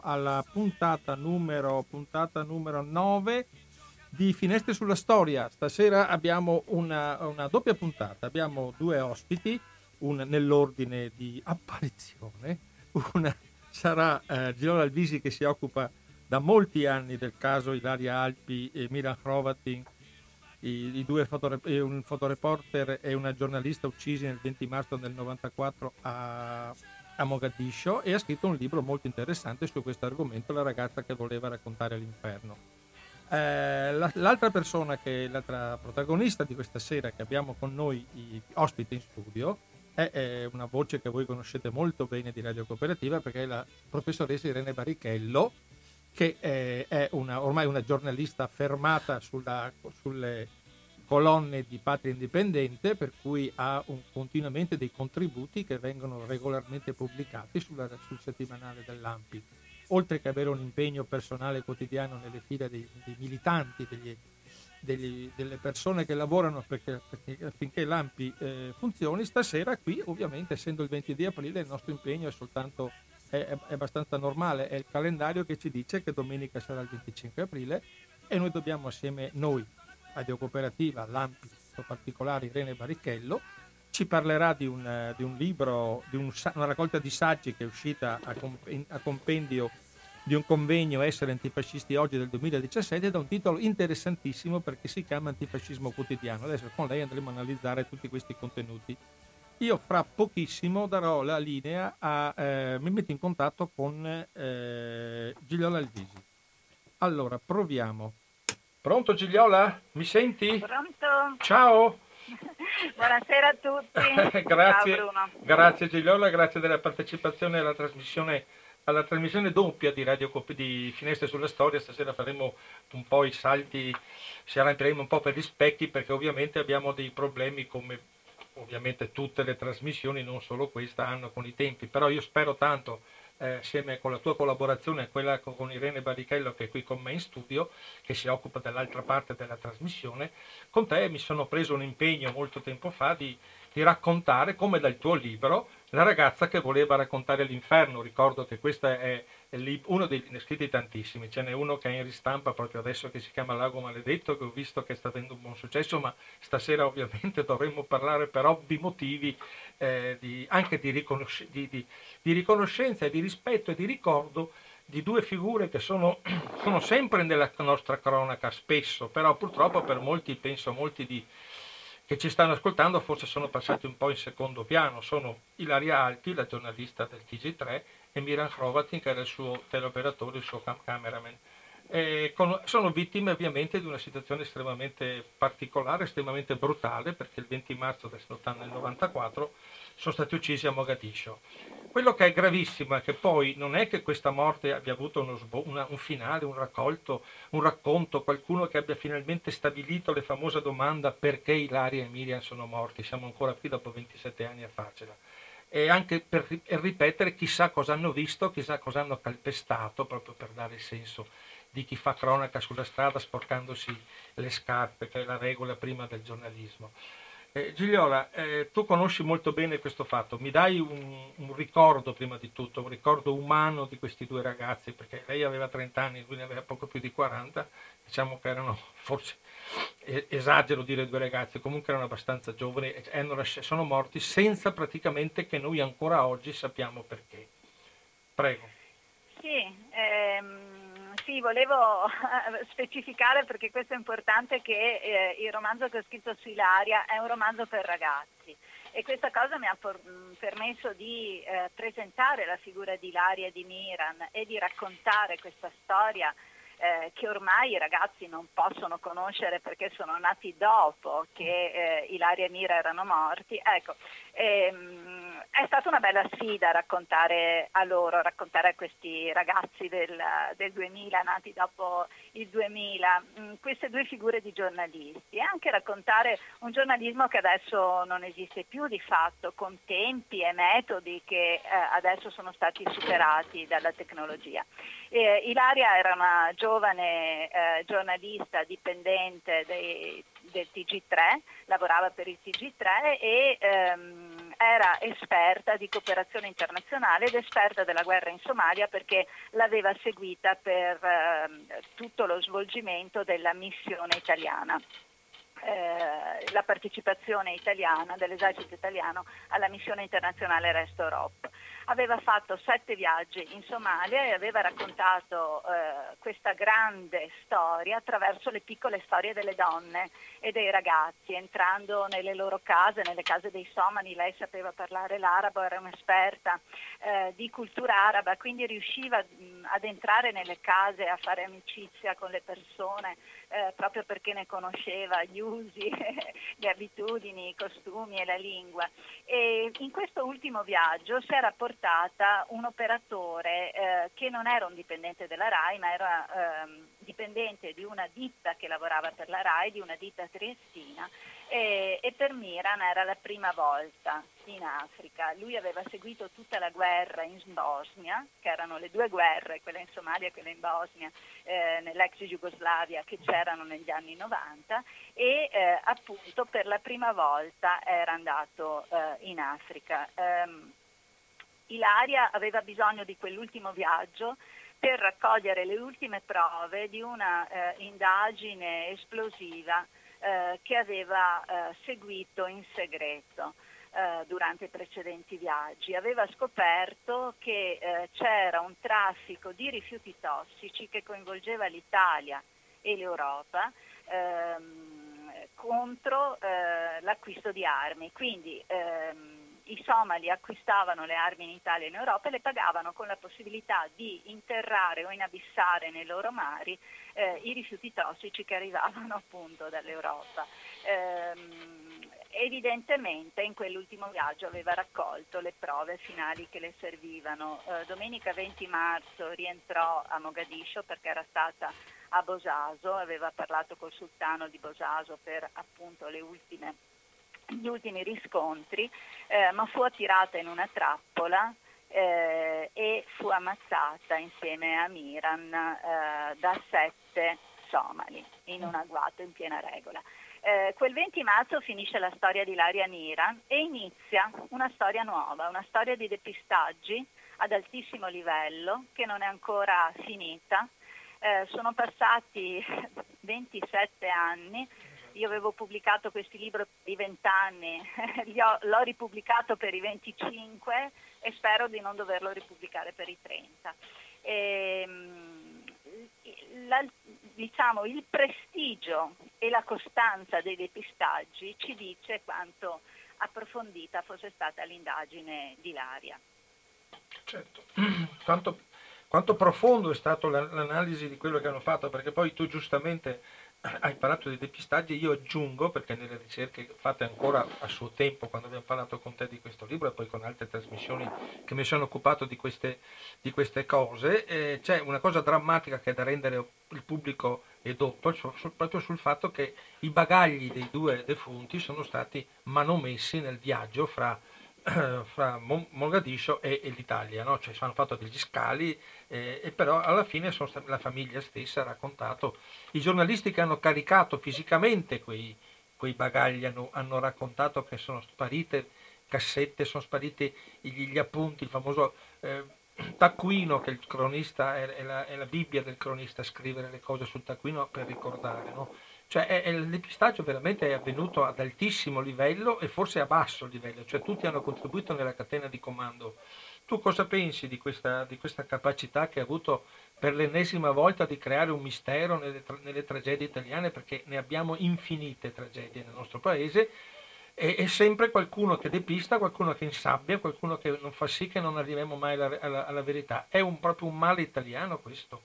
alla puntata numero 9 di Finestre sulla Storia. Stasera abbiamo una doppia puntata, abbiamo due ospiti, nell'ordine di apparizione. Una sarà Gigliola Alvisi, che si occupa da molti anni del caso Ilaria Alpi e Miran Hrovatin, i due un fotoreporter e una giornalista uccisi il 20 marzo del 94 a Mogadiscio, e ha scritto un libro molto interessante su questo argomento, La ragazza che voleva raccontare l'inferno. L'altra protagonista di questa sera che abbiamo con noi ospite in studio è una voce che voi conoscete molto bene di Radio Cooperativa, perché è la professoressa Irene Barichello, che è ormai una giornalista affermata sulle colonne di Patria Indipendente, per cui ha continuamente dei contributi che vengono regolarmente pubblicati sul settimanale dell'ANPI, oltre che avere un impegno personale quotidiano nelle fila dei militanti, delle persone che lavorano affinché l'ANPI funzioni. Stasera qui, ovviamente, essendo il 20 di aprile, il nostro impegno è abbastanza normale, è il calendario che ci dice che domenica sarà il 25 aprile e noi dobbiamo assieme, noi, Radio Cooperativa, l'ANPI, in particolare Irene Barichello, ci parlerà di un libro, una raccolta di saggi che è uscita a compendio di un convegno Essere antifascisti oggi del 2017, da un titolo interessantissimo perché si chiama Antifascismo quotidiano. Adesso con lei andremo a analizzare tutti questi contenuti. Io fra pochissimo darò la linea mi metto in contatto con Gigliola Alvisi. Allora, proviamo. Pronto Gigliola? Mi senti? Pronto? Ciao! Buonasera a tutti. Grazie. Ciao Bruno. Grazie Gigliola, grazie della partecipazione alla trasmissione doppia di Finestre sulla Storia. Stasera faremo un po' i salti, ci arrampicheremo un po' per gli specchi, perché ovviamente abbiamo dei problemi, come ovviamente tutte le trasmissioni, non solo questa, hanno con i tempi, però io spero tanto, assieme con la tua collaborazione e quella con Irene Barichello, che è qui con me in studio, che si occupa dell'altra parte della trasmissione, con te mi sono preso un impegno molto tempo fa di raccontare, come dal tuo libro, La ragazza che voleva raccontare l'inferno. Ricordo che questo è uno dei, ne scritti tantissimi, ce n'è uno che è in ristampa proprio adesso che si chiama Lago Maledetto, che ho visto che sta avendo un buon successo, ma stasera ovviamente dovremmo parlare per ovvi motivi anche di riconoscenza e di rispetto e di ricordo di due figure che sono sempre nella nostra cronaca spesso, però purtroppo per molti, penso molti che ci stanno ascoltando, forse sono passati un po' in secondo piano. Sono Ilaria Alpi, la giornalista del TG3, e Miran Hrovatin, che era il suo teleoperatore, il suo cameraman. Sono vittime ovviamente di una situazione estremamente particolare, estremamente brutale, perché il 20 marzo del 94 sono stati uccisi a Mogadiscio. Quello che è gravissimo è che poi non è che questa morte abbia avuto un finale, un racconto, qualcuno che abbia finalmente stabilito la famosa domanda: perché Ilaria e Miriam sono morti? Siamo ancora qui dopo 27 anni a farcela. E anche per ripetere chissà cosa hanno visto, chissà cosa hanno calpestato, proprio per dare il senso di chi fa cronaca sulla strada sporcandosi le scarpe, che è la regola prima del giornalismo. Gigliola, tu conosci molto bene questo fatto, mi dai un ricordo, prima di tutto, un ricordo umano di questi due ragazzi, perché lei aveva 30 anni, lui ne aveva poco più di 40, diciamo che erano, forse esagero dire due ragazzi, comunque erano abbastanza giovani, e sono morti senza praticamente che noi ancora oggi sappiamo perché. Prego. Sì, volevo specificare, perché questo è importante, che il romanzo che ho scritto su Ilaria è un romanzo per ragazzi, e questa cosa mi ha permesso di presentare la figura di Ilaria e di Miran e di raccontare questa storia che ormai i ragazzi non possono conoscere perché sono nati dopo che Ilaria e Mira erano morti. Ecco, è stata una bella sfida raccontare a questi ragazzi del 2000, nati dopo il 2000, queste due figure di giornalisti, e anche raccontare un giornalismo che adesso non esiste più di fatto, con tempi e metodi che adesso sono stati superati dalla tecnologia. Ilaria era una giovane giornalista dipendente del TG3, lavorava per il TG3 e era esperta di cooperazione internazionale ed esperta della guerra in Somalia perché l'aveva seguita per tutto lo svolgimento della missione italiana. La partecipazione italiana dell'esercito italiano alla missione internazionale Rest Europe. Aveva fatto 7 viaggi in Somalia e aveva raccontato questa grande storia attraverso le piccole storie delle donne e dei ragazzi, entrando nelle loro case, nelle case dei somali. Lei sapeva parlare l'arabo, era un'esperta di cultura araba, quindi riusciva ad entrare nelle case, a fare amicizia con le persone, proprio perché ne conosceva gli usi, le abitudini, i costumi e la lingua. E in questo ultimo viaggio si era portata un operatore che non era un dipendente della RAI, ma era dipendente di una ditta che lavorava per la RAI, di una ditta triestina, e per Miran era la prima volta in Africa. Lui aveva seguito tutta la guerra in Bosnia, che erano le 2 guerre, quella in Somalia e quella in Bosnia, nell'ex Jugoslavia, che c'erano negli anni 90, e appunto per la prima volta era andato in Africa. Ilaria aveva bisogno di quell'ultimo viaggio per raccogliere le ultime prove di una indagine esplosiva che aveva seguito in segreto durante i precedenti viaggi. Aveva scoperto che c'era un traffico di rifiuti tossici che coinvolgeva l'Italia e l'Europa contro l'acquisto di armi. Quindi i somali acquistavano le armi in Italia e in Europa e le pagavano con la possibilità di interrare o inabissare nei loro mari i rifiuti tossici che arrivavano appunto dall'Europa. Evidentemente in quell'ultimo viaggio aveva raccolto le prove finali che le servivano. Domenica 20 marzo rientrò a Mogadiscio perché era stata a Bosaso, aveva parlato col sultano di Bosaso per appunto gli ultimi riscontri, ma fu attirata in una trappola e fu ammazzata insieme a Miran da 7 somali in un agguato in piena regola. Quel 20 marzo finisce la storia di Ilaria Miran e inizia una storia nuova, una storia di depistaggi ad altissimo livello che non è ancora finita. Sono passati 27 anni. Io avevo pubblicato questo libro per i 20 anni, l'ho ripubblicato per i 25 e spero di non doverlo ripubblicare per i 30. Diciamo, il prestigio e la costanza dei depistaggi ci dice quanto approfondita fosse stata l'indagine di Ilaria. Certo, quanto profondo è stata l'analisi di quello che hanno fatto, perché poi tu giustamente hai parlato di depistaggi, io aggiungo, perché nelle ricerche fatte ancora a suo tempo, quando abbiamo parlato con te di questo libro e poi con altre trasmissioni che mi sono occupato di queste cose, c'è una cosa drammatica che è da rendere il pubblico edotto, proprio sul fatto che i bagagli dei 2 defunti sono stati manomessi nel viaggio fra Mogadiscio e l'Italia, no? Cioè hanno fatto degli scali e però alla fine la famiglia stessa ha raccontato, i giornalisti che hanno caricato fisicamente quei bagagli hanno raccontato che sono sparite cassette, sono spariti gli appunti, il famoso taccuino che il cronista è la Bibbia del cronista, scrivere le cose sul taccuino per ricordare, no? Cioè il depistaggio veramente è avvenuto ad altissimo livello e forse a basso livello, cioè tutti hanno contribuito nella catena di comando. Tu cosa pensi di questa capacità che ha avuto per l'ennesima volta di creare un mistero nelle tragedie italiane, perché ne abbiamo infinite tragedie nel nostro paese e sempre qualcuno che depista, qualcuno che insabbia, qualcuno che non fa sì che non arriviamo mai alla verità. È proprio un male italiano questo?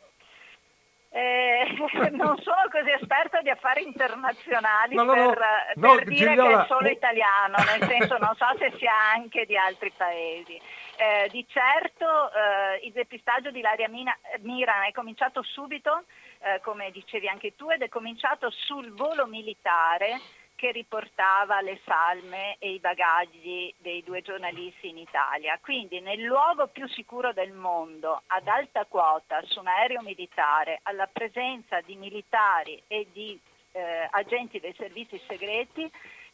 Non sono così esperta di affari internazionali no, per dire Gigliola, che è solo italiano, nel senso non so se sia anche di altri paesi. Di certo il depistaggio di Ilaria Miran è cominciato subito, come dicevi anche tu, ed è cominciato sul volo militare che riportava le salme e i bagagli dei 2 giornalisti in Italia. Quindi nel luogo più sicuro del mondo, ad alta quota, su un aereo militare, alla presenza di militari e di agenti dei servizi segreti,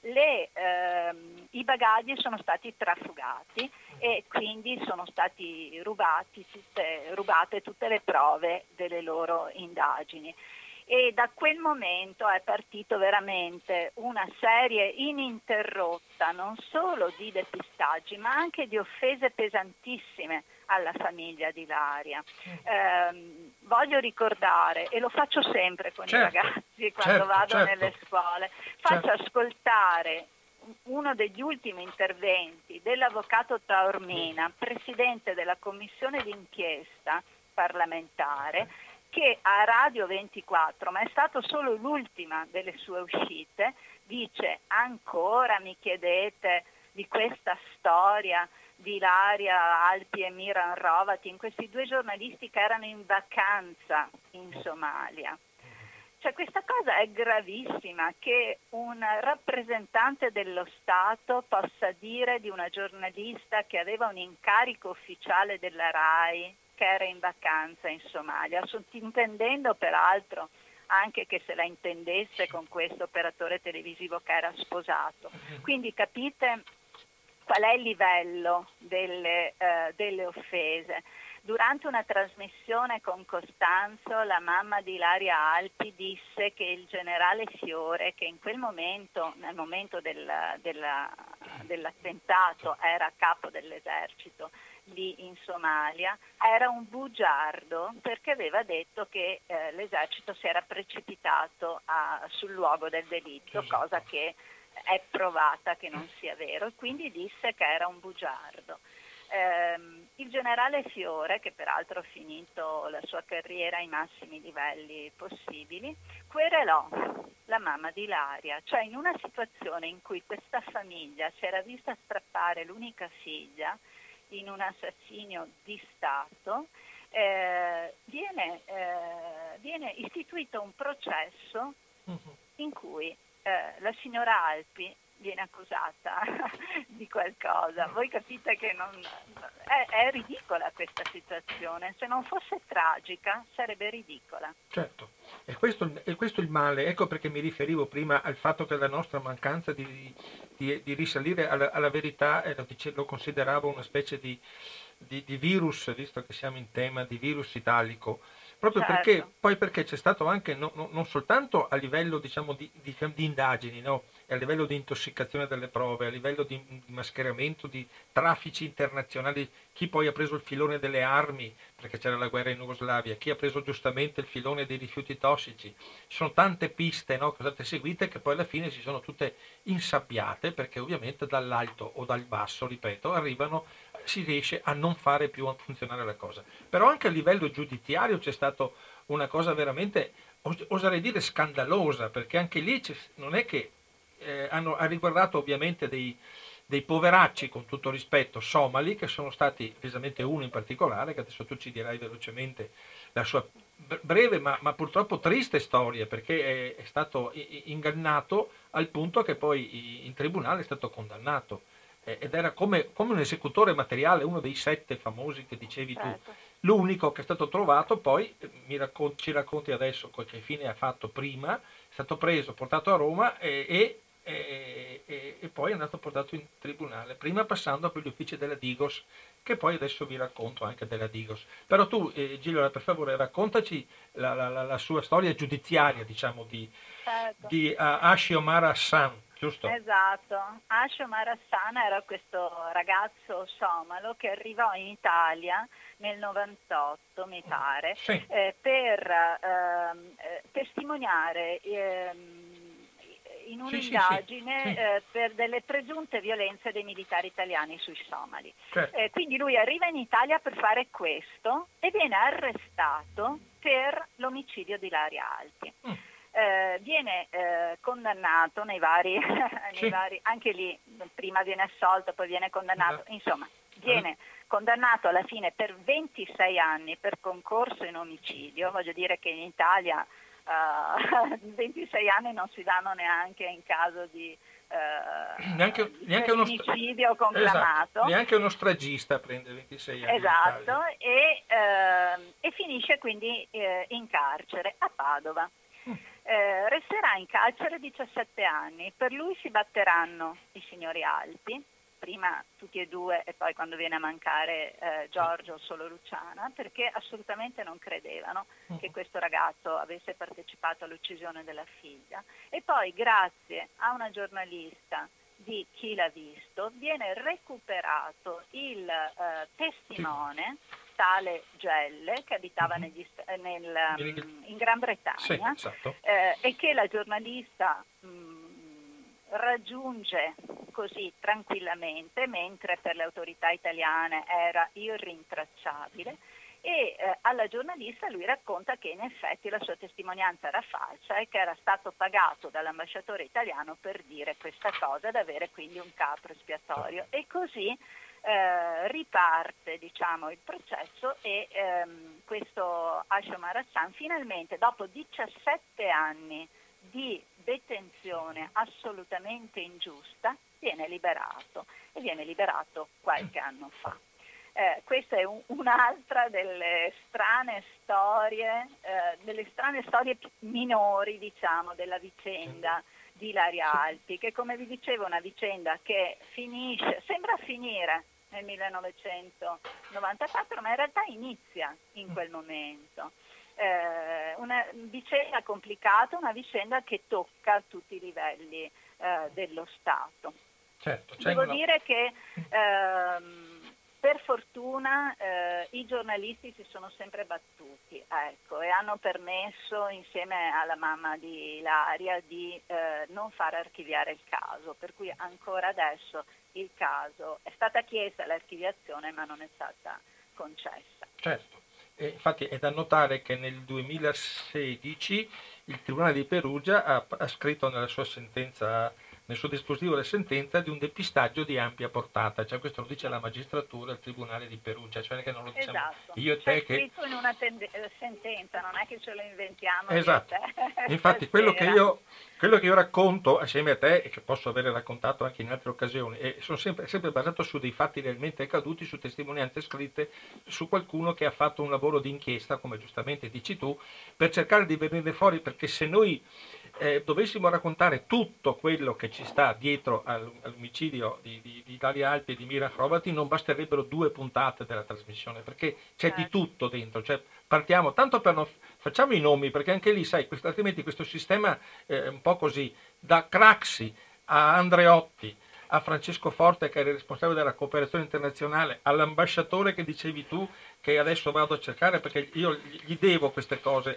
i bagagli sono stati trafugati e quindi sono stati rubate tutte le prove delle loro indagini. E da quel momento è partito veramente una serie ininterrotta non solo di depistaggi ma anche di offese pesantissime alla famiglia di Ilaria. Voglio ricordare, e lo faccio sempre con i ragazzi quando vado nelle scuole, faccio ascoltare uno degli ultimi interventi dell'avvocato Taormina, presidente della commissione d'inchiesta parlamentare, che a Radio 24, ma è stato solo l'ultima delle sue uscite, dice: ancora mi chiedete di questa storia di Ilaria Alpi e Miran Hrovatin, questi due giornalisti che erano in vacanza in Somalia. Cioè, questa cosa è gravissima, che un rappresentante dello Stato possa dire di una giornalista che aveva un incarico ufficiale della RAI che era in vacanza in Somalia, sottintendendo peraltro anche che se la intendesse con questo operatore televisivo che era sposato. Quindi capite qual è il livello delle offese. Durante una trasmissione con Costanzo, la mamma di Ilaria Alpi disse che il generale Fiore, che in quel momento, nel momento dell'attentato, era a capo dell'esercito lì in Somalia, era un bugiardo perché aveva detto che l'esercito si era precipitato sul luogo del delitto, cosa che è provata che non sia vero, e quindi disse che era un bugiardo. Il generale Fiore, che peraltro ha finito la sua carriera ai massimi livelli possibili, querelò la mamma di Ilaria, cioè in una situazione in cui questa famiglia si era vista strappare l'unica figlia in un assassinio di Stato, viene istituito un processo in cui la signora Alpi viene accusata di qualcosa. Voi capite che è ridicola questa situazione, se non fosse tragica sarebbe ridicola. Certo, e questo il male, ecco perché mi riferivo prima al fatto che la nostra mancanza di risalire alla verità lo consideravo una specie di virus, visto che siamo in tema di virus italico, proprio perché c'è stato anche non soltanto a livello diciamo di indagini, no? E a livello di intossicazione delle prove, a livello di mascheramento di traffici internazionali, chi poi ha preso il filone delle armi perché c'era la guerra in Jugoslavia, chi ha preso giustamente il filone dei rifiuti tossici. Ci sono tante piste, no, che sono state seguite, che poi alla fine si sono tutte insabbiate perché ovviamente dall'alto o dal basso, ripeto, si riesce a non fare più funzionare la cosa. Però anche a livello giudiziario c'è stato una cosa veramente, oserei dire, scandalosa, perché anche lì non è che ha riguardato ovviamente dei poveracci, con tutto rispetto, somali, che sono stati, precisamente uno in particolare, che adesso tu ci dirai velocemente la sua breve ma purtroppo triste storia, perché è stato ingannato al punto che poi in tribunale è stato condannato. Ed era come un esecutore materiale, uno dei 7 famosi che dicevi tu, l'unico che è stato trovato. Poi ci racconti adesso che fine ha fatto prima, è stato preso, portato a Roma e poi è andato portato in tribunale, prima passando per gli uffici della Digos, che poi adesso vi racconto anche della Digos. Però tu, Gigliola, per favore, raccontaci la sua storia giudiziaria, diciamo, di Ashi Omar Hassan, giusto? Esatto, Ashi Omar Hassan era questo ragazzo somalo che arrivò in Italia nel 98, mi pare, sì. Per testimoniare in un'indagine per delle presunte violenze dei militari italiani sui somali. Certo. Quindi lui arriva in Italia per fare questo e viene arrestato per l'omicidio di Ilaria Alpi. Viene condannato nei vari, anche lì prima viene assolto, poi viene condannato, insomma viene condannato alla fine per 26 anni per concorso in omicidio. Voglio dire che in Italia 26 anni non si danno neanche in caso di neanche uno omicidio conclamato. Esatto. Neanche uno stragista prende 26 anni. Esatto, e finisce quindi in carcere a Padova. resterà in carcere 17 anni. Per lui si batteranno i signori Alpi, prima tutti e due e poi quando viene a mancare Giorgio solo Luciana, perché assolutamente non credevano che questo ragazzo avesse partecipato all'uccisione della figlia. E poi grazie a una giornalista di Chi l'ha visto viene recuperato il testimone, tale Gelle, che abitava in Gran Bretagna, sì, esatto. E che la giornalista raggiunge così tranquillamente, mentre per le autorità italiane era irrintracciabile, e alla giornalista lui racconta che in effetti la sua testimonianza era falsa e che era stato pagato dall'ambasciatore italiano per dire questa cosa ed avere quindi un capro espiatorio. E così riparte, diciamo, il processo e questo Ashomar Hassan finalmente, dopo 17 anni di detenzione assolutamente ingiusta, viene liberato, e viene liberato qualche anno fa. Questa è un'altra delle strane storie minori, diciamo, della vicenda di Ilaria Alpi, che, come vi dicevo, è una vicenda che sembra finire nel 1994, ma in realtà inizia in quel momento. Una vicenda complicata, una vicenda che tocca tutti i livelli dello Stato. Certo, Devo dire che per fortuna i giornalisti si sono sempre battuti, ecco, e hanno permesso, insieme alla mamma di Ilaria, di non far archiviare il caso, per cui ancora adesso il caso è stata chiesta l'archiviazione ma non è stata concessa. Certo. E infatti è da notare che nel 2016 il Tribunale di Perugia ha scritto nella sua sentenza, nel suo dispositivo della sentenza, di un depistaggio di ampia portata, cioè questo lo dice la magistratura, il Tribunale di Perugia, cioè che non lo diciamo io e te, c'è scritto in una sentenza, non è che ce lo inventiamo. Esatto. Infatti quello che io racconto assieme a te, e che posso avere raccontato anche in altre occasioni, sono sempre basato su dei fatti realmente accaduti, su testimonianze scritte, su qualcuno che ha fatto un lavoro di inchiesta, come giustamente dici tu, per cercare di venire fuori, perché se noi dovessimo raccontare tutto quello che ci sta dietro all'omicidio di Ilaria Alpi e di Mira Hrovatin, non basterebbero 2 puntate della trasmissione, perché c'è di tutto dentro, cioè partiamo, tanto per non facciamo i nomi, perché anche lì, sai, altrimenti questo sistema un po' così, da Craxi a Andreotti, a Francesco Forte, che era il responsabile della cooperazione internazionale, all'ambasciatore che dicevi tu, che adesso vado a cercare perché io gli devo queste cose,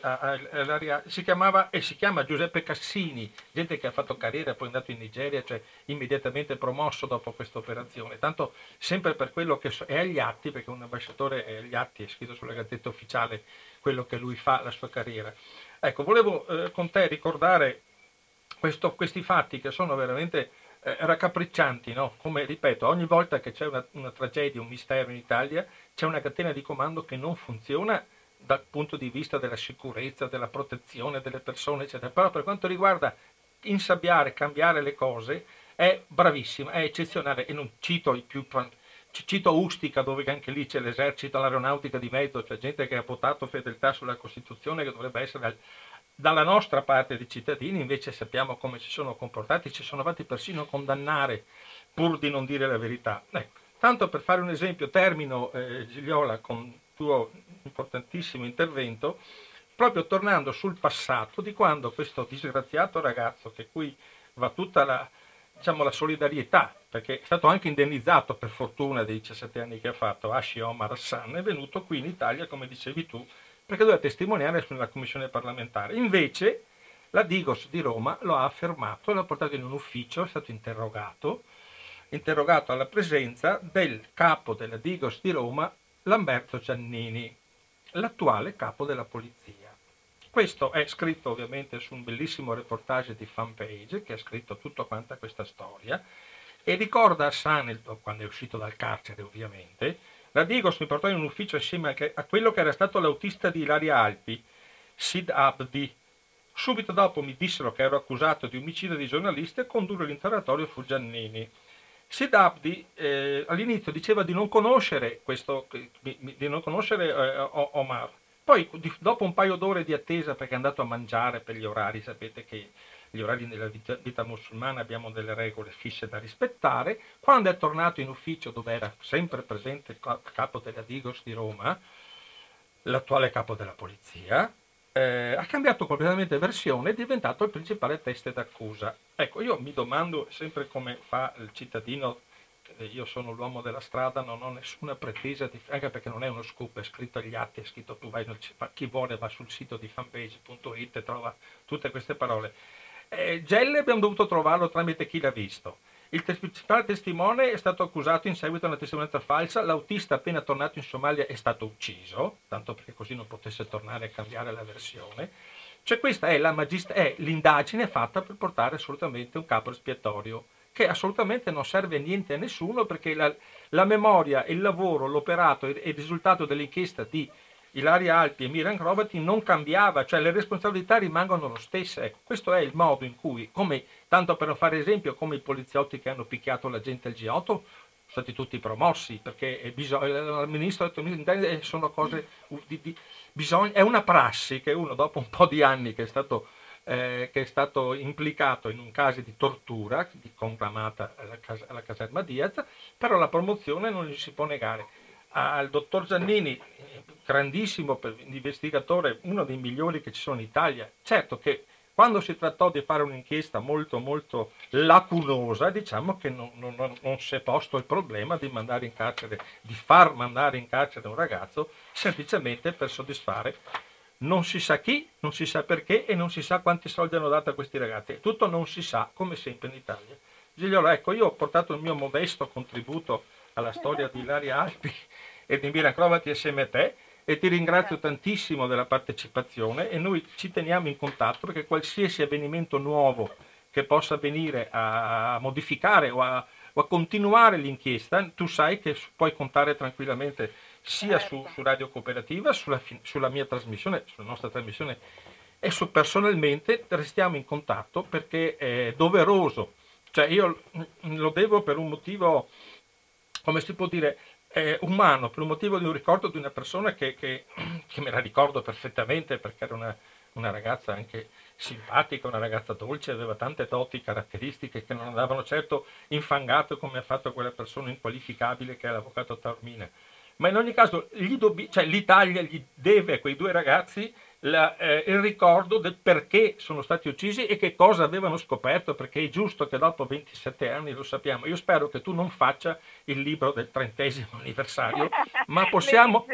si chiamava e si chiama Giuseppe Cassini, gente che ha fatto carriera, poi è andato in Nigeria, cioè immediatamente promosso dopo questa operazione, tanto sempre per quello che è agli atti, perché un ambasciatore è agli atti, è scritto sulla Gazzetta Ufficiale quello che lui fa, la sua carriera. Ecco, volevo con te ricordare questi fatti che sono veramente raccapriccianti, no? Come ripeto, ogni volta che c'è una tragedia, un mistero in Italia, c'è una catena di comando che non funziona dal punto di vista della sicurezza, della protezione delle persone, eccetera. Però per quanto riguarda insabbiare, cambiare le cose, è bravissima, è eccezionale, e non cito i più... Cito Ustica, dove anche lì c'è l'esercito, l'aeronautica di mezzo, c'è gente che ha votato fedeltà sulla Costituzione, che dovrebbe essere dalla nostra parte dei cittadini, invece sappiamo come si sono comportati, ci sono fatti persino a condannare pur di non dire la verità. Ecco, tanto per fare un esempio, termino Gigliola con il tuo importantissimo intervento, proprio tornando sul passato di quando questo disgraziato ragazzo, che qui va tutta la solidarietà, perché è stato anche indennizzato per fortuna dei 17 anni che ha fatto, Ashomar Hassan, è venuto qui in Italia, come dicevi tu, perché doveva testimoniare sulla commissione parlamentare. Invece la Digos di Roma lo ha affermato, l'ha portato in un ufficio, è stato interrogato alla presenza del capo della Digos di Roma, Lamberto Giannini, l'attuale capo della polizia. Questo è scritto ovviamente su un bellissimo reportage di Fanpage, che ha scritto tutta quanta questa storia, e ricorda Hassan, quando è uscito dal carcere ovviamente, la Digos mi portò in un ufficio assieme a quello che era stato l'autista di Ilaria Alpi, Sid Abdi. Subito dopo mi dissero che ero accusato di omicidio di giornalista e condurre l'interrogatorio fu Giannini. Sid Abdi all'inizio diceva di non conoscere Omar, Poi dopo un paio d'ore di attesa perché è andato a mangiare per gli orari, sapete che gli orari nella vita musulmana abbiamo delle regole fisse da rispettare, quando è tornato in ufficio dove era sempre presente il capo della Digos di Roma, l'attuale capo della polizia, ha cambiato completamente versione, è diventato il principale teste d'accusa. Ecco, io mi domando sempre come fa il cittadino, io sono l'uomo della strada, non ho nessuna pretesa, anche perché non è uno scoop, è scritto agli atti, è scritto tu vai, chi vuole va sul sito di fanpage.it e trova tutte queste parole. Gelle abbiamo dovuto trovarlo tramite chi l'ha visto. Il principale testimone è stato accusato in seguito a una testimonianza falsa, l'autista appena tornato in Somalia è stato ucciso, tanto perché così non potesse tornare a cambiare la versione. Cioè questa è, è l'indagine fatta per portare assolutamente un capo espiatorio, che assolutamente non serve a niente a nessuno, perché la memoria, il lavoro, l'operato e il risultato dell'inchiesta di Ilaria Alpi e Miran Hrovatin non cambiava, cioè le responsabilità rimangono lo stesse. Ecco, questo è il modo in cui, come, tanto per fare esempio, come i poliziotti che hanno picchiato la gente al G8 sono stati tutti promossi, perché il ministro ha detto sono cose è una prassi che uno dopo un po' di anni che è stato implicato in un caso di tortura conclamata alla caserma Diaz, però la promozione non gli si può negare. Al dottor Giannini, grandissimo investigatore, uno dei migliori che ci sono in Italia, certo che quando si trattò di fare un'inchiesta molto molto lacunosa, diciamo che non si è posto il problema di mandare in carcere, di far mandare in carcere un ragazzo semplicemente per soddisfare non si sa chi, non si sa perché e non si sa quanti soldi hanno dato a questi ragazzi. Tutto non si sa, come sempre in Italia. Gigliola, ecco, io ho portato il mio modesto contributo alla storia di Ilaria Alpi e di Miran Hrovatin assieme a te, e ti ringrazio tantissimo della partecipazione, e noi ci teniamo in contatto perché qualsiasi avvenimento nuovo che possa venire a modificare o a continuare l'inchiesta, tu sai che puoi contare tranquillamente sia su Radio Cooperativa, sulla mia trasmissione, sulla nostra trasmissione, e personalmente restiamo in contatto perché è doveroso. Cioè io lo devo per un motivo, come si può dire, umano, per un motivo di un ricordo di una persona che me la ricordo perfettamente, perché era una ragazza anche simpatica, una ragazza dolce, aveva tante doti caratteristiche che non andavano certo infangato come ha fatto quella persona inqualificabile che è l'avvocato Taormina. Ma in ogni caso l'Italia gli deve a quei due ragazzi il ricordo del perché sono stati uccisi e che cosa avevano scoperto, perché è giusto che dopo 27 anni lo sappiamo. Io spero che tu non faccia il libro del 30° anniversario, ma possiamo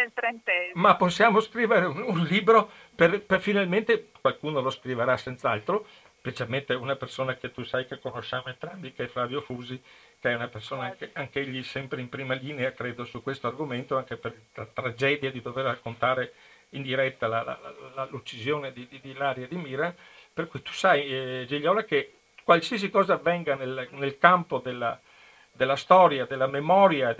scrivere un libro per finalmente, qualcuno lo scriverà senz'altro, specialmente una persona che tu sai che conosciamo entrambi, che è Flavio Fusi, che è una persona anche egli sempre in prima linea, credo, su questo argomento, anche per la tragedia di dover raccontare in diretta l'uccisione di Ilaria e di Miran. Per cui tu sai, Gigliola, che qualsiasi cosa avvenga nel campo della storia, della memoria,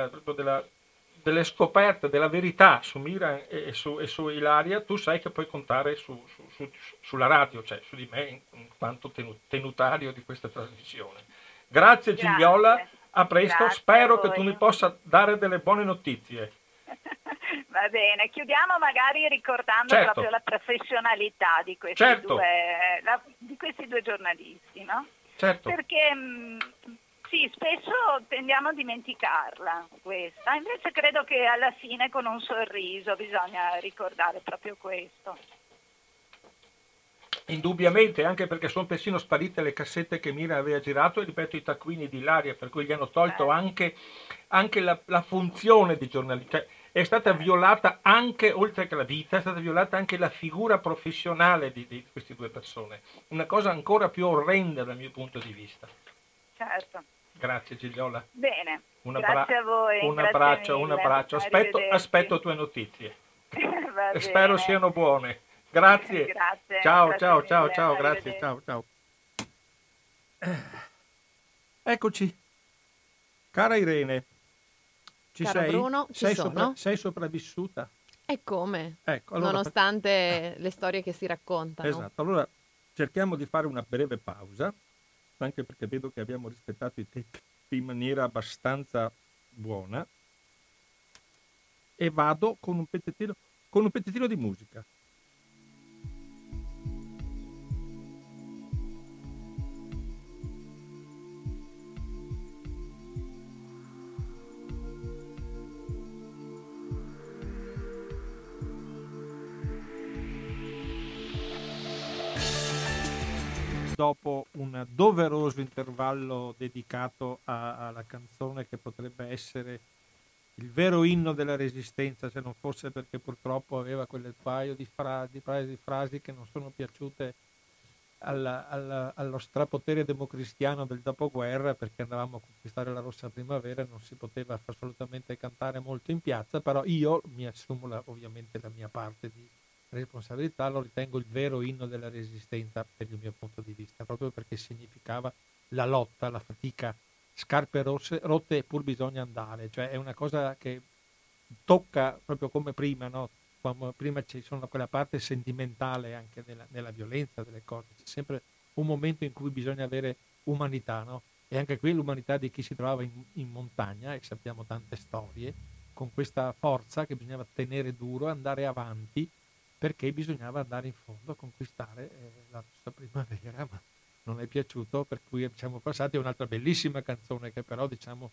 delle scoperte, della verità su Miran e su Ilaria, tu sai che puoi contare sulla radio, cioè su di me in quanto tenutario di questa trasmissione. Grazie Gigliola, a presto, grazie, spero che tu mi possa dare delle buone notizie. Va bene, chiudiamo magari ricordando proprio la professionalità di questi, di questi due giornalisti, no? Certo. Perché sì, spesso tendiamo a dimenticarla questa, invece credo che alla fine con un sorriso bisogna ricordare proprio questo. Indubbiamente, anche perché sono persino sparite le cassette che Mira aveva girato e, ripeto, i taccuini di Ilaria, per cui gli hanno tolto anche la funzione di giornalista. Cioè, è stata violata anche, oltre che la vita, è stata violata anche la figura professionale di queste due persone. Una cosa ancora più orrenda dal mio punto di vista. Certo. Grazie Gigliola. Bene, grazie a voi. Un abbraccio. Aspetto tue notizie. E spero siano buone. Grazie. Grazie. Ciao, grazie, ciao. Eccoci. Cara Irene, ci Caro sei? Bruno, Sei sopravvissuta? E come? Ecco, allora, nonostante le storie che si raccontano. Esatto, allora cerchiamo di fare una breve pausa, anche perché vedo che abbiamo rispettato i tempi in maniera abbastanza buona, e vado con un pezzettino con un pezzettino di musica. Dopo un doveroso intervallo dedicato alla canzone che potrebbe essere il vero inno della resistenza, se non fosse perché purtroppo aveva quel paio di frasi che non sono piaciute allo strapotere democristiano del dopoguerra, perché andavamo a conquistare la rossa primavera, non si poteva assolutamente cantare molto in piazza, però io mi assumo ovviamente la mia parte di responsabilità, lo ritengo il vero inno della resistenza per il mio punto di vista, proprio perché significava la lotta, la fatica, scarpe rotte pur bisogna andare, cioè è una cosa che tocca proprio come prima, no? Prima ci sono quella parte sentimentale anche nella violenza delle cose, c'è sempre un momento in cui bisogna avere umanità, no? E anche qui l'umanità di chi si trovava in montagna, e sappiamo tante storie, con questa forza che bisognava tenere duro, andare avanti, perché bisognava andare in fondo a conquistare la nostra primavera, ma non è piaciuto, per cui siamo passati a un'altra bellissima canzone che però diciamo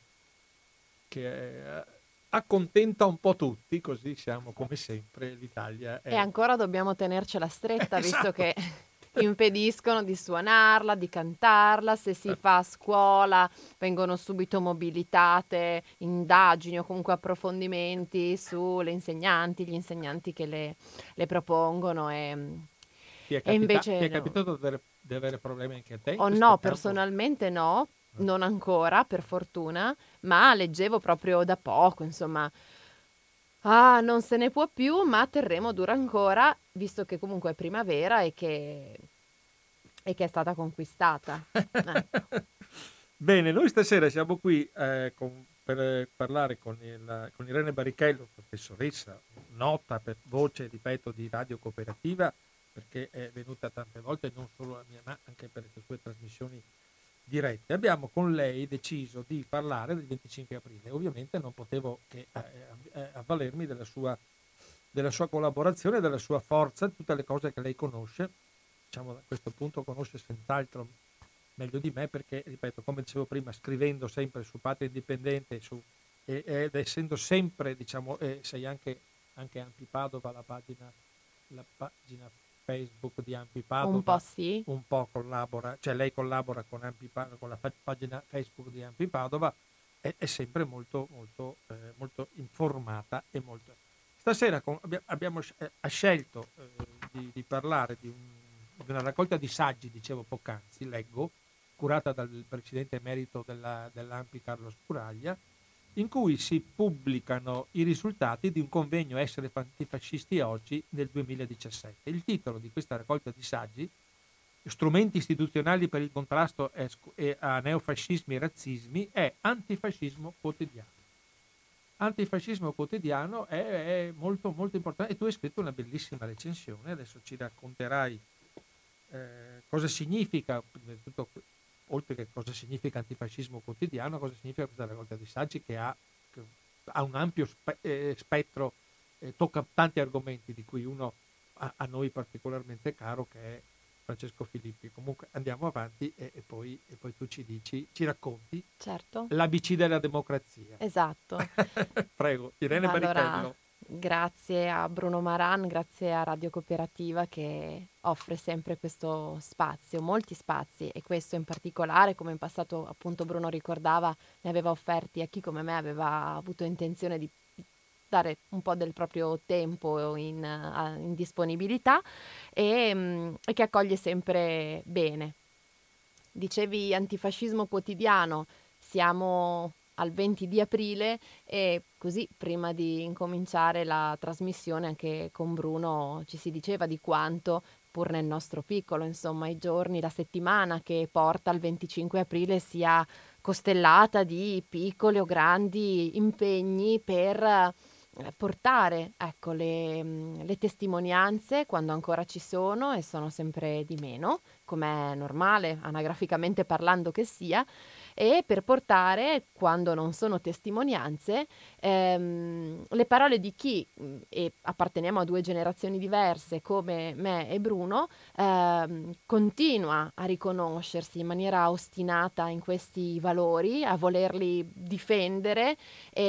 che accontenta un po' tutti, così siamo come sempre, l'Italia è... E ancora dobbiamo tenercela stretta, visto Esatto. che impediscono di suonarla, di cantarla, se si fa a scuola vengono subito mobilitate indagini o comunque approfondimenti sulle insegnanti, gli insegnanti che le propongono Ti e invece è no. capitato di avere problemi anche a te in O questo no, campo? personalmente no, non ancora, per fortuna, ma leggevo proprio da poco, insomma, non se ne può più, ma terremo dura ancora, visto che comunque è primavera e che è stata conquistata. Ecco. Bene, noi stasera siamo qui per parlare con Irene Barrichello, professoressa, nota per voce, ripeto, di Radio Cooperativa, perché è venuta tante volte, non solo a mia, ma anche per le sue trasmissioni dirette. Abbiamo con lei deciso di parlare del 25 aprile. Ovviamente non potevo che avvalermi della sua collaborazione, della sua forza, tutte le cose che lei conosce. Diciamo, da questo punto conosce senz'altro meglio di me, perché, ripeto, come dicevo prima, scrivendo sempre su Patria Indipendente ed essendo sempre, diciamo, sei anche Ampi Padova, la pagina Facebook di Ampi Un po' Padova, sì. un po' collabora, cioè lei collabora con Ampi Padova, con la pagina Facebook di Ampi Padova, è sempre molto, molto, molto informata e molto... Stasera abbiamo scelto di parlare di una raccolta di saggi, dicevo poc'anzi, leggo, curata dal presidente emerito dell'ANPI Carlo Spuraglia, in cui si pubblicano i risultati di un convegno Essere antifascisti oggi nel 2017. Il titolo di questa raccolta di saggi, Strumenti istituzionali per il contrasto a neofascismi e razzismi, è Antifascismo quotidiano. Antifascismo quotidiano è molto, molto importante, e tu hai scritto una bellissima recensione, adesso ci racconterai cosa significa, prima di tutto, oltre che cosa significa antifascismo quotidiano, cosa significa questa raccolta di saggi che ha un ampio spettro, tocca tanti argomenti, di cui uno a noi particolarmente caro, che è Francesco Filippi. Comunque andiamo avanti e poi tu ci racconti. Certo. l'ABC della democrazia. Esatto. Prego, Irene Barrichello. Grazie a Bruno Maran, grazie a Radio Cooperativa che offre sempre questo spazio, molti spazi, e questo in particolare, come in passato appunto Bruno ricordava, ne aveva offerti a chi come me aveva avuto intenzione di dare un po' del proprio tempo in disponibilità e che accoglie sempre bene. Dicevi antifascismo quotidiano, siamo al 20 di aprile e così prima di incominciare la trasmissione anche con Bruno ci si diceva di quanto, pur nel nostro piccolo, insomma, i giorni, la settimana che porta al 25 aprile sia costellata di piccoli o grandi impegni per portare, ecco, le testimonianze quando ancora ci sono, e sono sempre di meno, come è normale, anagraficamente parlando che sia, e per portare, quando non sono testimonianze, le parole di chi, e apparteniamo a due generazioni diverse come me e Bruno, continua a riconoscersi in maniera ostinata in questi valori, a volerli difendere,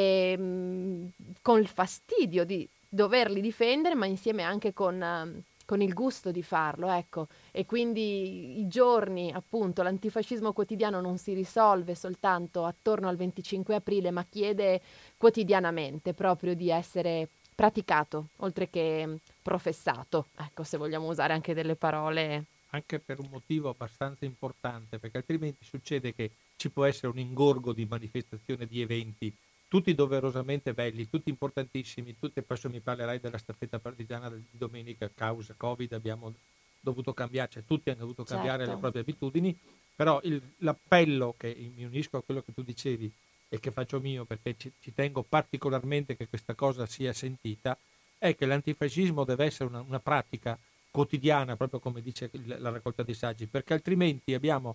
con il fastidio di doverli difendere, ma insieme anche con il gusto di farlo, ecco. E quindi i giorni, appunto, l'antifascismo quotidiano non si risolve soltanto attorno al 25 aprile, ma chiede quotidianamente proprio di essere praticato, oltre che professato, ecco, se vogliamo usare anche delle parole. Anche per un motivo abbastanza importante, perché altrimenti succede che ci può essere un ingorgo di manifestazione, di eventi, tutti doverosamente belli, tutti importantissimi, tutti, adesso mi parlerai della staffetta partigiana di domenica, causa Covid, abbiamo dovuto cambiare, cioè tutti hanno dovuto cambiare le Certo. proprie abitudini, però l'appello che mi unisco a quello che tu dicevi e che faccio mio, perché ci tengo particolarmente che questa cosa sia sentita, è che l'antifascismo deve essere una pratica quotidiana, proprio come dice la raccolta dei saggi, perché altrimenti abbiamo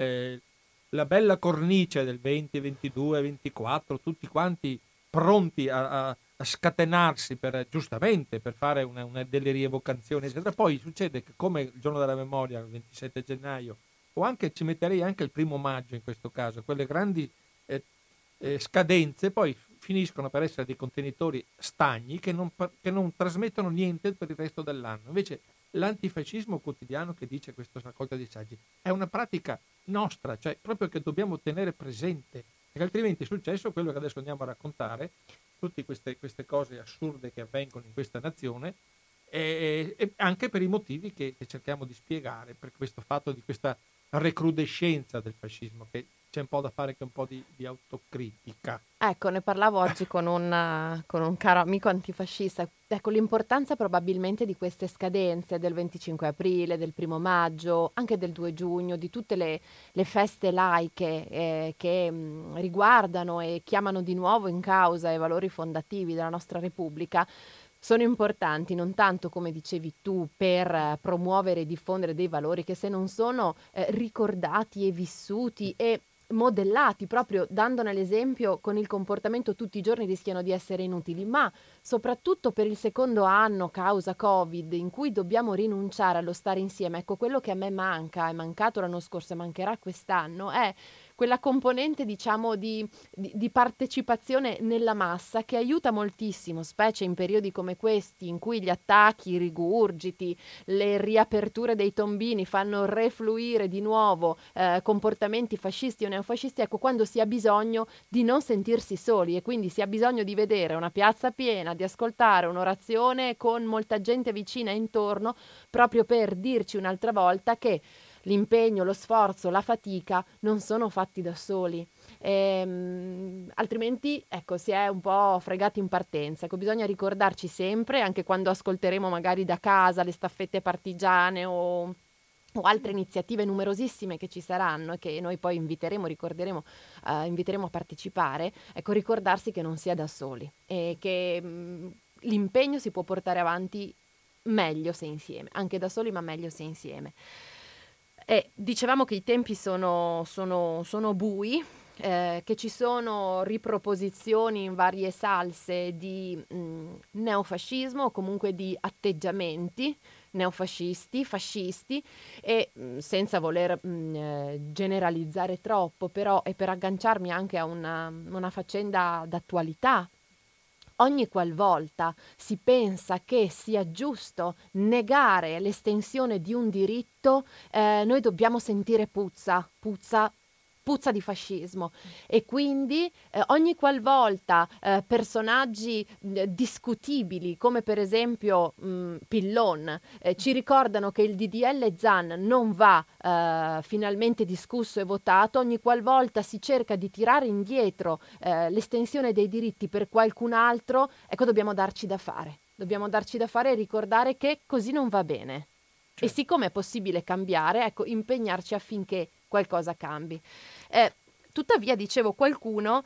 la bella cornice del 20, 22, 24, tutti quanti pronti a scatenarsi giustamente per fare delle rievocazioni, eccetera. Poi succede che, come il giorno della memoria, il 27 gennaio, o anche ci metterei anche il 1° maggio in questo caso, quelle grandi scadenze poi finiscono per essere dei contenitori stagni che non trasmettono niente per il resto dell'anno. Invece l'antifascismo quotidiano, che dice questa raccolta di saggi, è una pratica nostra, cioè proprio che dobbiamo tenere presente, perché altrimenti è successo quello che adesso andiamo a raccontare, tutte queste cose assurde che avvengono in questa nazione, e anche per i motivi che cerchiamo di spiegare, per questo fatto di questa recrudescenza del fascismo, che c'è un po' da fare, che un po' di autocritica. Ecco, ne parlavo oggi con un caro amico antifascista. Ecco, l'importanza probabilmente di queste scadenze del 25 aprile, del 1° maggio, anche del 2 giugno, di tutte le feste laiche che riguardano e chiamano di nuovo in causa i valori fondativi della nostra Repubblica, sono importanti non tanto, come dicevi tu, per promuovere e diffondere dei valori che, se non sono ricordati e vissuti e modellati, proprio dandone l'esempio con il comportamento tutti i giorni, rischiano di essere inutili, ma soprattutto per il 2° anno causa Covid, in cui dobbiamo rinunciare allo stare insieme. Ecco, quello che a me manca, è mancato l'anno scorso e mancherà quest'anno, è quella componente, diciamo, di partecipazione nella massa, che aiuta moltissimo, specie in periodi come questi, in cui gli attacchi, i rigurgiti, le riaperture dei tombini fanno refluire di nuovo comportamenti fascisti o neofascisti. Ecco, quando si ha bisogno di non sentirsi soli, e quindi si ha bisogno di vedere una piazza piena, di ascoltare un'orazione con molta gente vicina intorno, proprio per dirci un'altra volta che l'impegno, lo sforzo, la fatica non sono fatti da soli. Altrimenti, ecco, si è un po' fregati in partenza. Ecco, bisogna ricordarci sempre, anche quando ascolteremo magari da casa le staffette partigiane o altre iniziative numerosissime che ci saranno e che noi poi inviteremo a partecipare, ecco, ricordarsi che non si è da soli e che l'impegno si può portare avanti meglio se insieme, anche da soli, ma meglio se insieme. E dicevamo che i tempi sono bui, che ci sono riproposizioni in varie salse di neofascismo, o comunque di atteggiamenti neofascisti, fascisti, e senza voler generalizzare troppo, però, e per agganciarmi anche a una faccenda d'attualità, ogni qualvolta si pensa che sia giusto negare l'estensione di un diritto, noi dobbiamo sentire puzza di fascismo, e quindi ogni qualvolta personaggi discutibili, come per esempio Pillon, ci ricordano che il DDL Zan non va finalmente discusso e votato, ogni qualvolta si cerca di tirare indietro l'estensione dei diritti per qualcun altro, ecco, dobbiamo darci da fare e ricordare che così non va bene. Certo. E siccome è possibile cambiare, ecco, impegnarci affinché qualcosa cambi. Tuttavia, dicevo, qualcuno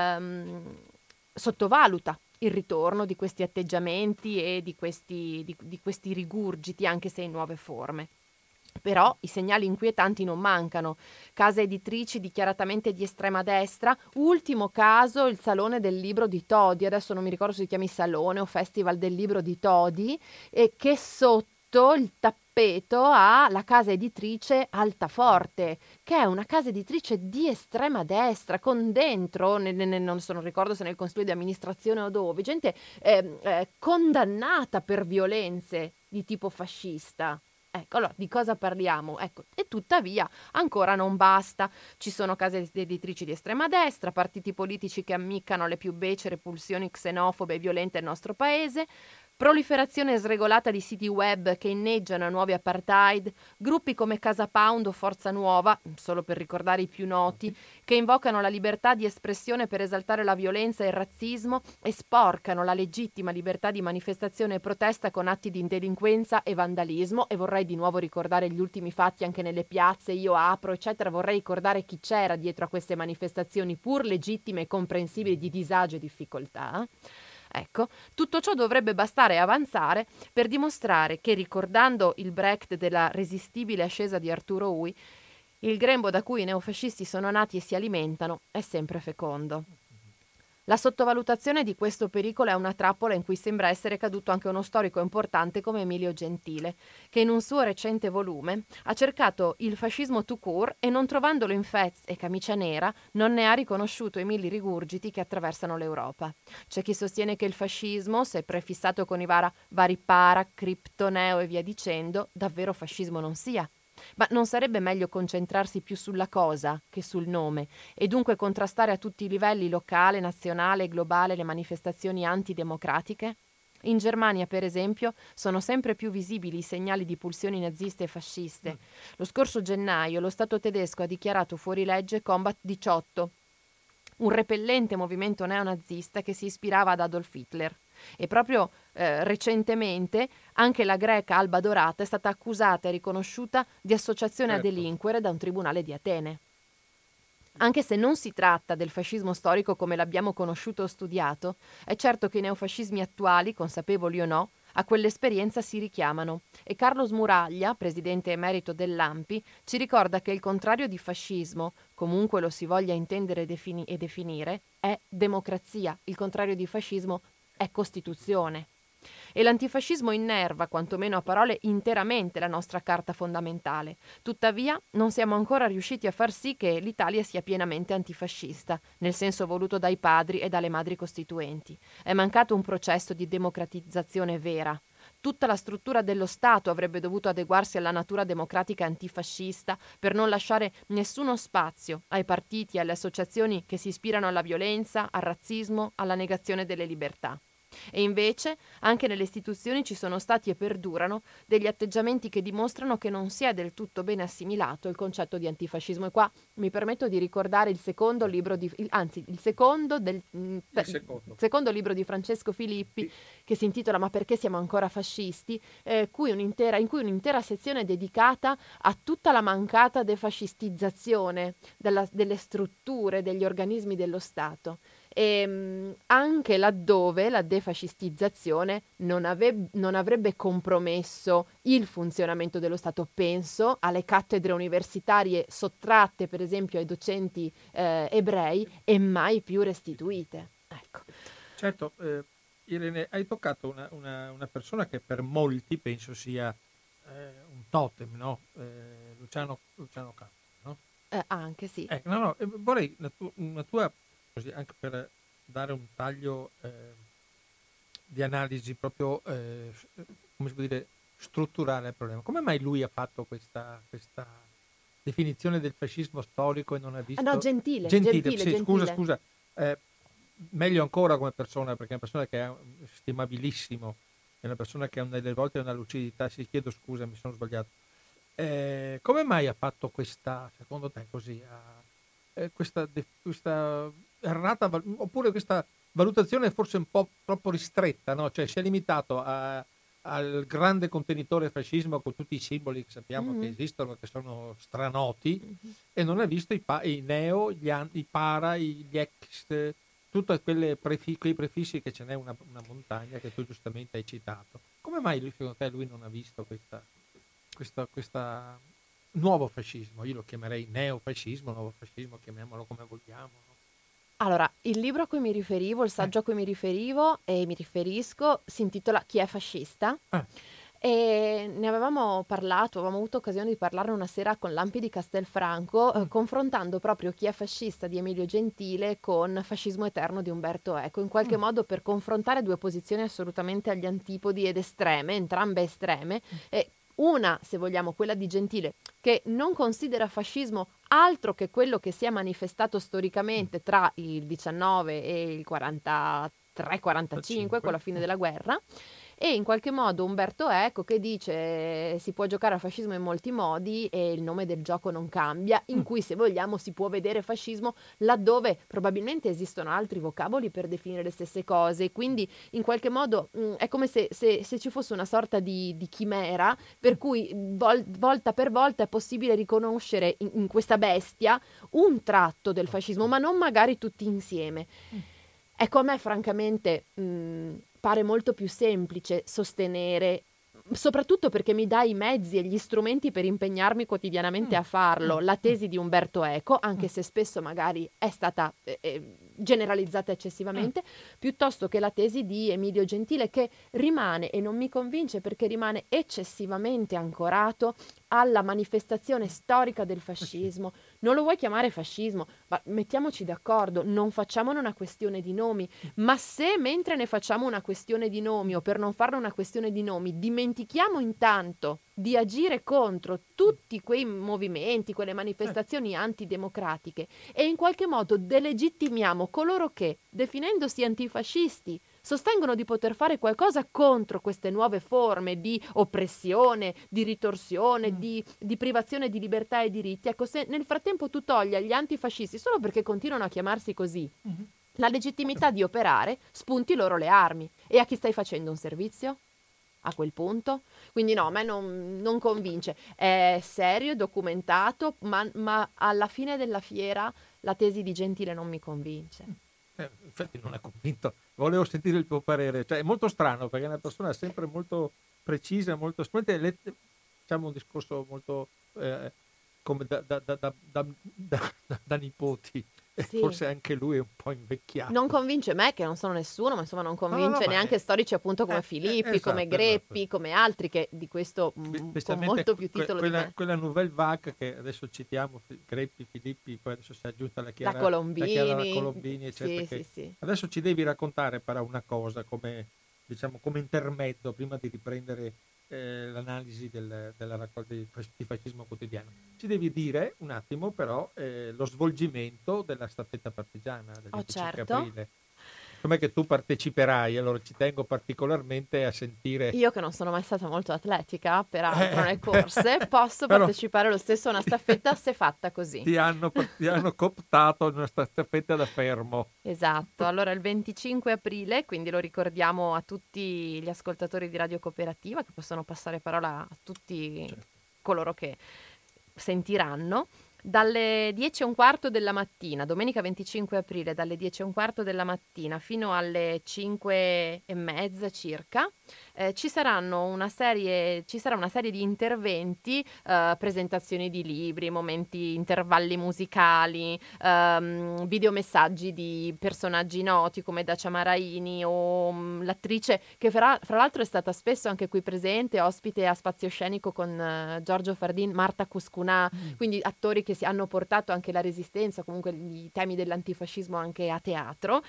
sottovaluta il ritorno di questi atteggiamenti e di questi rigurgiti, anche se in nuove forme. Però i segnali inquietanti non mancano. Case editrici dichiaratamente di estrema destra. Ultimo caso, il Salone del Libro di Todi. Adesso non mi ricordo se si chiami Salone o Festival del Libro di Todi, e che sotto il tappeto ha la casa editrice Altaforte, che è una casa editrice di estrema destra, con dentro, non ricordo se nel consiglio di amministrazione o dove, gente condannata per violenze di tipo fascista. Ecco, allora di cosa parliamo? Ecco, e tuttavia ancora non basta. Ci sono case editrici di estrema destra, partiti politici che ammiccano alle più becere pulsioni xenofobe e violente del nostro paese, proliferazione sregolata di siti web che inneggiano a nuovi apartheid, gruppi come Casa Pound o Forza Nuova, solo per ricordare i più noti, che invocano la libertà di espressione per esaltare la violenza e il razzismo e sporcano la legittima libertà di manifestazione e protesta con atti di delinquenza e vandalismo. E vorrei di nuovo ricordare gli ultimi fatti anche nelle piazze, Io Apro, eccetera. Vorrei ricordare chi c'era dietro a queste manifestazioni pur legittime e comprensibili di disagio e difficoltà. Ecco, tutto ciò dovrebbe bastare avanzare per dimostrare che, ricordando il Brecht della resistibile ascesa di Arturo Ui, il grembo da cui i neofascisti sono nati e si alimentano è sempre fecondo. La sottovalutazione di questo pericolo è una trappola in cui sembra essere caduto anche uno storico importante come Emilio Gentile, che in un suo recente volume ha cercato il fascismo tout court e, non trovandolo in Fez e camicia nera, non ne ha riconosciuto i mille rigurgiti che attraversano l'Europa. C'è chi sostiene che il fascismo, se prefissato con i vari para, criptoneo e via dicendo, davvero fascismo non sia. Ma non sarebbe meglio concentrarsi più sulla cosa che sul nome e dunque contrastare a tutti i livelli, locale, nazionale e globale, le manifestazioni antidemocratiche? In Germania, per esempio, sono sempre più visibili i segnali di pulsioni naziste e fasciste. Lo scorso gennaio lo Stato tedesco ha dichiarato fuori legge Combat 18, un repellente movimento neonazista che si ispirava ad Adolf Hitler. E proprio recentemente anche la greca Alba Dorata è stata accusata e riconosciuta di associazione a delinquere da un tribunale di Atene. Anche se non si tratta del fascismo storico come l'abbiamo conosciuto o studiato, è certo che i neofascismi attuali, consapevoli o no, a quell'esperienza si richiamano, e Carlos Muraglia, presidente emerito dell'ANPI, ci ricorda che il contrario di fascismo, comunque lo si voglia intendere e definire, è democrazia. Il contrario di fascismo è Costituzione. E l'antifascismo innerva, quantomeno a parole, interamente la nostra carta fondamentale. Tuttavia, non siamo ancora riusciti a far sì che l'Italia sia pienamente antifascista, nel senso voluto dai padri e dalle madri costituenti. È mancato un processo di democratizzazione vera. Tutta la struttura dello Stato avrebbe dovuto adeguarsi alla natura democratica antifascista per non lasciare nessuno spazio ai partiti e alle associazioni che si ispirano alla violenza, al razzismo, alla negazione delle libertà. E invece anche nelle istituzioni ci sono stati e perdurano degli atteggiamenti che dimostrano che non si è del tutto bene assimilato il concetto di antifascismo. E qua mi permetto di ricordare il secondo libro il secondo libro di Francesco Filippi, che si intitola Ma perché siamo ancora fascisti, in cui un'intera sezione è dedicata a tutta la mancata defascistizzazione delle strutture, degli organismi dello Stato. E anche laddove la defascistizzazione non avrebbe compromesso il funzionamento dello Stato. Penso alle cattedre universitarie sottratte, per esempio, ai docenti ebrei e mai più restituite. Ecco. Certo, Irene, hai toccato una persona che per molti penso sia un totem, no? Luciano Castro, no? Anche sì. Vorrei una tua, così, anche per dare un taglio di analisi proprio, come si può dire, strutturale al problema. Come mai lui ha fatto questa definizione del fascismo storico e non ha visto... Gentile. Scusa. Meglio ancora come persona, perché è una persona che è stimabilissimo, è una persona che delle volte ha una lucidità. Chiedo scusa, mi sono sbagliato. Come mai ha fatto questa, secondo te, così, questa errata, oppure questa valutazione forse un po' troppo ristretta, no? Cioè si è limitato al grande contenitore fascismo con tutti i simboli che sappiamo che esistono, che sono stranoti, e non ha visto i neo, i para, gli ex, tutti quei prefissi, che ce n'è una montagna che tu giustamente hai citato. Come mai secondo te lui non ha visto questa? questa nuovo fascismo. Io lo chiamerei neofascismo, nuovo fascismo, chiamiamolo come vogliamo, no? Allora, il libro a cui mi riferivo, il saggio a cui mi riferivo e mi riferisco si intitola Chi è fascista? E ne avevamo parlato, avevamo avuto occasione di parlarne una sera con Lampi di Castelfranco, confrontando proprio Chi è fascista di Emilio Gentile con Fascismo eterno di Umberto Eco, in qualche modo per confrontare due posizioni assolutamente agli antipodi ed estreme, entrambe estreme, e una, se vogliamo, quella di Gentile, che non considera fascismo altro che quello che si è manifestato storicamente tra il 19 e il 43-45, con la fine della guerra, e in qualche modo Umberto Eco che dice si può giocare al fascismo in molti modi e il nome del gioco non cambia, in cui se vogliamo si può vedere fascismo laddove probabilmente esistono altri vocaboli per definire le stesse cose, quindi in qualche modo è come se ci fosse una sorta di chimera per cui volta per volta è possibile riconoscere in questa bestia un tratto del fascismo, ma non magari tutti insieme. Ecco, a me francamente pare molto più semplice sostenere, soprattutto perché mi dà i mezzi e gli strumenti per impegnarmi quotidianamente a farlo, la tesi di Umberto Eco, anche se spesso magari è stata generalizzata eccessivamente, piuttosto che la tesi di Emilio Gentile, che rimane, e non mi convince perché rimane eccessivamente ancorato alla manifestazione storica del fascismo. Non lo vuoi chiamare fascismo, ma mettiamoci d'accordo, non facciamone una questione di nomi, ma se mentre ne facciamo una questione di nomi o per non farne una questione di nomi dimentichiamo intanto di agire contro tutti quei movimenti, quelle manifestazioni antidemocratiche e in qualche modo delegittimiamo coloro che, definendosi antifascisti, sostengono di poter fare qualcosa contro queste nuove forme di oppressione, di ritorsione, di privazione di libertà e diritti. Ecco, se nel frattempo tu togli agli antifascisti, solo perché continuano a chiamarsi così, la legittimità di operare, spunti loro le armi. E a chi stai facendo un servizio? A quel punto? Quindi no, a me non convince. È serio, documentato, ma alla fine della fiera la tesi di Gentile non mi convince. Infatti non è convinto. Volevo sentire il tuo parere. Cioè, è molto strano perché è una persona sempre molto precisa, molto diciamo un discorso molto come da nipoti. Sì. Forse anche lui è un po' invecchiato. Non convince me, che non sono nessuno, ma insomma non convince neanche storici appunto come Filippi, esatto, come Greppi, come altri che di questo con molto più titolo di me. Quella Nouvelle Vague che adesso citiamo, Greppi, Filippi, poi adesso si è aggiunta la Chiara Colombini, eccetera. Sì. Adesso ci devi raccontare però una cosa come intermezzo prima di riprendere l'analisi della raccolta di fascismo quotidiano. Ci devi dire un attimo però lo svolgimento della staffetta partigiana del 25 aprile. Com'è che tu parteciperai? Allora ci tengo particolarmente a sentire. Io che non sono mai stata molto atletica, peraltro nelle corse, posso partecipare lo stesso a una staffetta se fatta così. Ti hanno cooptato in una staffetta da fermo. Esatto, allora il 25 aprile, quindi lo ricordiamo a tutti gli ascoltatori di Radio Cooperativa che possono passare parola a tutti coloro che sentiranno. Dalle 10:15 della mattina, domenica 25 aprile, dalle 10:15 della mattina fino alle 5:30 circa, ci sarà una serie di interventi, presentazioni di libri, momenti, intervalli musicali, videomessaggi di personaggi noti come Dacia Maraini o l'attrice che fra l'altro è stata spesso anche qui presente, ospite a Spazio Scenico con Giorgio Fardin, Marta Cuscunà, quindi attori che si hanno portato anche la resistenza, comunque i temi dell'antifascismo anche a teatro,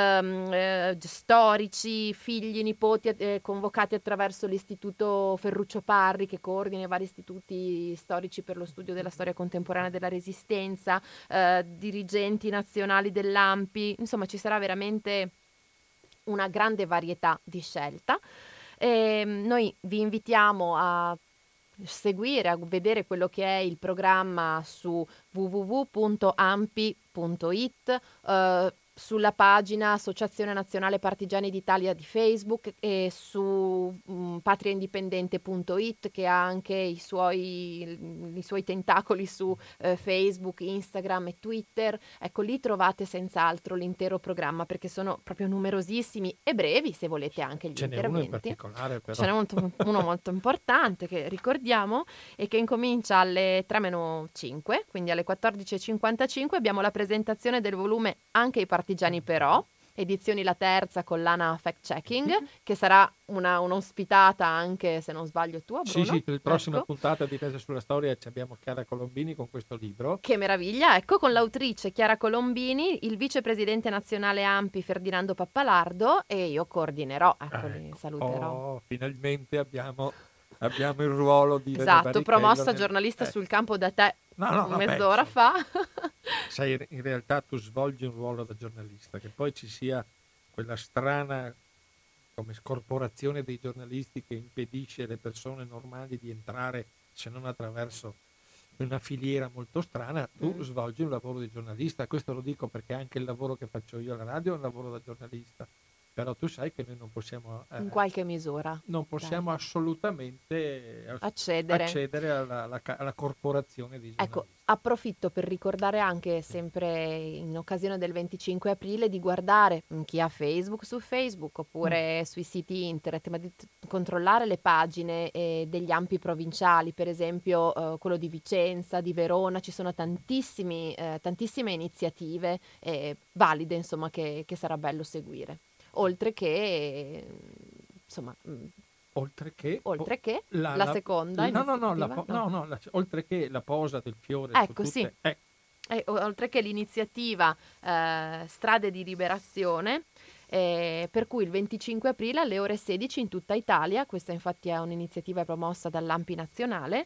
storici, figli, nipoti convocati attraverso l'Istituto Ferruccio Parri che coordina i vari istituti storici per lo studio della storia contemporanea della resistenza, dirigenti nazionali dell'ANPI, insomma ci sarà veramente una grande varietà di scelta. Noi vi invitiamo a seguire, a vedere quello che è il programma su www.ampi.it. sulla pagina Associazione Nazionale Partigiani d'Italia di Facebook e su patriaindipendente.it, che ha anche i suoi tentacoli su Facebook, Instagram e Twitter. Ecco, lì trovate senz'altro l'intero programma, perché sono proprio numerosissimi e brevi, se volete anche gli Ce n'è interventi. uno in particolare, però. Ce n'è uno molto importante che ricordiamo e che incomincia alle 3-5, quindi alle 14:55 abbiamo la presentazione del volume Anche i partigiani però, edizioni La Terza, collana Fact Checking, che sarà un'ospitata anche, se non sbaglio, tua, Bruno. Sì, la prossima ecco. puntata di Difesa sulla Storia abbiamo Chiara Colombini con questo libro. Che meraviglia, ecco, con l'autrice Chiara Colombini, il vicepresidente nazionale ANPI Ferdinando Pappalardo e io coordinerò, ecco, li saluterò. Oh, finalmente abbiamo il ruolo di Esatto, promossa giornalista sul campo da te mezz'ora fa. Sai, in realtà tu svolgi un ruolo da giornalista, che poi ci sia quella strana come scorporazione dei giornalisti che impedisce alle persone normali di entrare, se non attraverso una filiera molto strana. Tu svolgi un lavoro di giornalista, questo lo dico perché anche il lavoro che faccio io alla radio è un lavoro da giornalista, però tu sai che noi non possiamo in qualche misura non possiamo assolutamente accedere alla corporazione di giornalisti. Ecco, approfitto per ricordare anche, sempre in occasione del 25 aprile, di guardare chi ha Facebook su Facebook oppure sui siti internet, ma di controllare le pagine degli ANPI provinciali, per esempio quello di Vicenza, di Verona. Ci sono tantissime iniziative valide, insomma, che sarà bello seguire. Oltre che, insomma, oltre che la seconda iniziativa, oltre che la posa del fiore, ecco, sì. Oltre che l'iniziativa Strade di Liberazione, per cui il 25 aprile alle ore 16 in tutta Italia, questa infatti è un'iniziativa promossa dall'ANPI nazionale,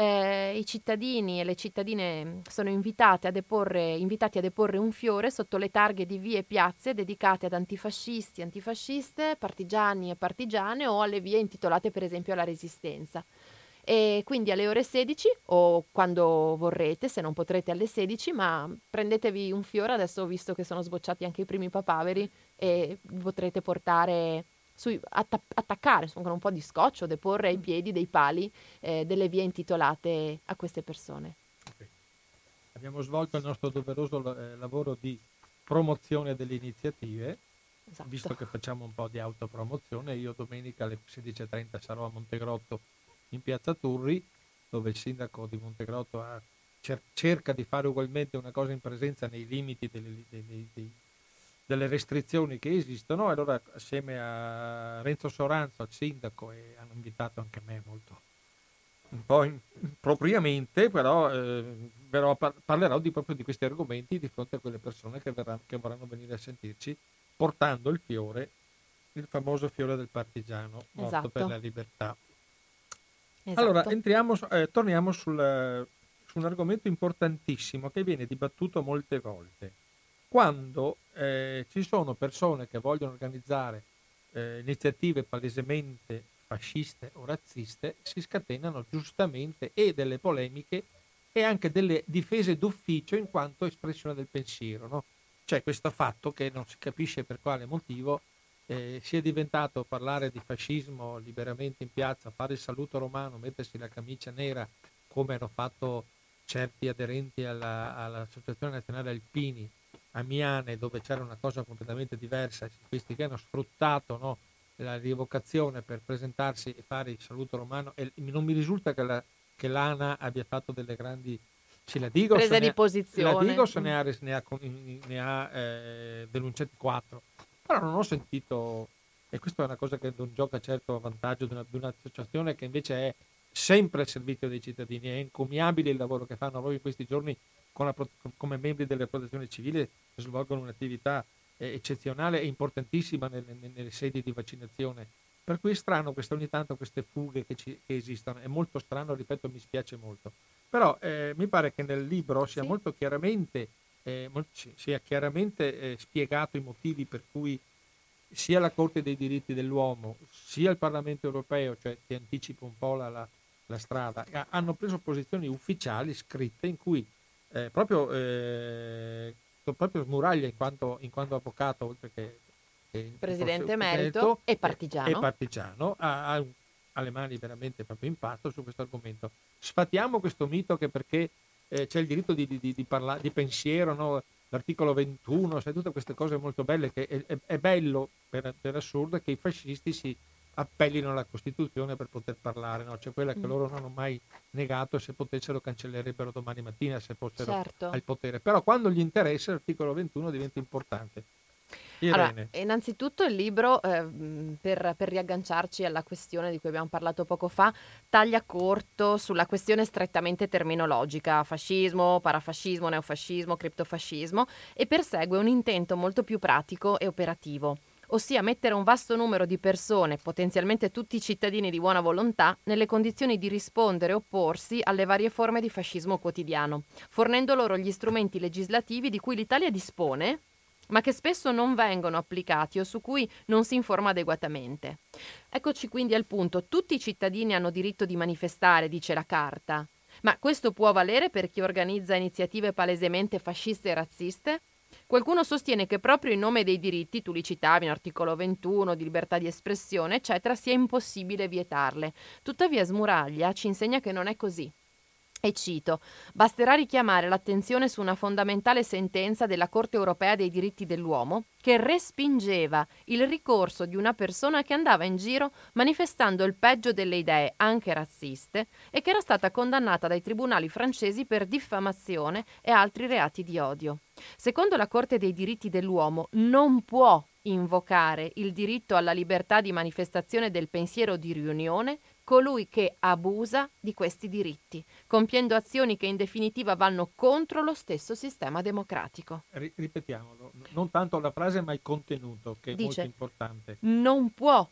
i cittadini e le cittadine sono invitati a deporre un fiore sotto le targhe di vie e piazze dedicate ad antifascisti, antifasciste, partigiani e partigiane, o alle vie intitolate per esempio alla Resistenza. E quindi alle ore 16 o quando vorrete, se non potrete alle 16, ma prendetevi un fiore. Adesso ho visto che sono sbocciati anche i primi papaveri e potrete portare attaccare con un po' di scotch o deporre ai piedi dei pali delle vie intitolate a queste persone. Okay. Abbiamo svolto il nostro doveroso lavoro di promozione delle iniziative. Esatto. Visto che facciamo un po' di autopromozione, io domenica alle 16:30 sarò a Montegrotto in piazza Turri, dove il sindaco di Montegrotto cerca di fare ugualmente una cosa in presenza nei limiti delle restrizioni che esistono. E allora, assieme a Renzo Soranzo, al sindaco, e hanno invitato anche me molto un po' impropriamente, però parlerò proprio di questi argomenti di fronte a quelle persone che vorranno venire a sentirci, portando il fiore, il famoso fiore del partigiano morto, esatto, per la libertà. Esatto. Allora, torniamo su un argomento importantissimo che viene dibattuto molte volte. Quando ci sono persone che vogliono organizzare iniziative palesemente fasciste o razziste, si scatenano giustamente delle polemiche e anche delle difese d'ufficio in quanto espressione del pensiero, no? C'è questo fatto che non si capisce per quale motivo sia diventato parlare di fascismo liberamente in piazza, fare il saluto romano, mettersi la camicia nera, come hanno fatto certi aderenti all'Associazione Nazionale Alpini a Miane, dove c'era una cosa completamente diversa, questi che hanno sfruttato, no, la rievocazione per presentarsi e fare il saluto romano. E non mi risulta che l'ANA abbia fatto delle grandi prese di posizione. La Digos ne ha denunciati 4. Però non ho sentito, e questa è una cosa che non gioca certo a vantaggio di un'associazione che invece è sempre al servizio dei cittadini. È encomiabile il lavoro che fanno proprio in questi giorni come membri delle protezioni civili, svolgono un'attività eccezionale e importantissima nelle sedi di vaccinazione. Per cui è strano ogni tanto queste fughe che esistono, è molto strano, ripeto, mi spiace molto. Però mi pare che nel libro sia molto chiaramente spiegato i motivi per cui sia la Corte dei diritti dell'uomo sia il Parlamento europeo, cioè ti anticipo un po' la strada, hanno preso posizioni ufficiali scritte in cui proprio questo proprio Smuraglia in quanto avvocato, oltre che presidente emerito e partigiano, ha alle mani veramente proprio impatto su questo argomento. Sfatiamo questo mito che perché c'è il diritto di parlare, di pensiero, no? L'articolo 21, sai, tutte queste cose molto belle, che è bello per assurdo che i fascisti si appellino alla Costituzione per poter parlare, no? Cioè quella che loro non hanno mai negato, e se potessero cancellerebbero domani mattina se fossero al potere. Però quando gli interessa l'articolo 21 diventa importante. Allora, innanzitutto il libro, per riagganciarci alla questione di cui abbiamo parlato poco fa, taglia corto sulla questione strettamente terminologica, fascismo, parafascismo, neofascismo, criptofascismo, e persegue un intento molto più pratico e operativo, ossia mettere un vasto numero di persone, potenzialmente tutti i cittadini di buona volontà, nelle condizioni di rispondere e opporsi alle varie forme di fascismo quotidiano, fornendo loro gli strumenti legislativi di cui l'Italia dispone, ma che spesso non vengono applicati o su cui non si informa adeguatamente. Eccoci quindi al punto: tutti i cittadini hanno diritto di manifestare, dice la Carta, ma questo può valere per chi organizza iniziative palesemente fasciste e razziste? Qualcuno sostiene che proprio in nome dei diritti, tu li citavi in articolo 21, di libertà di espressione, eccetera, sia impossibile vietarle. Tuttavia Smuraglia ci insegna che non è così. E cito: basterà richiamare l'attenzione su una fondamentale sentenza della Corte europea dei diritti dell'uomo che respingeva il ricorso di una persona che andava in giro manifestando il peggio delle idee, anche razziste, e che era stata condannata dai tribunali francesi per diffamazione e altri reati di odio. Secondo la Corte dei diritti dell'uomo non può invocare il diritto alla libertà di manifestazione del pensiero di riunione colui che abusa di questi diritti, compiendo azioni che in definitiva vanno contro lo stesso sistema democratico. Ripetiamolo, non tanto la frase ma il contenuto, che è molto importante. Non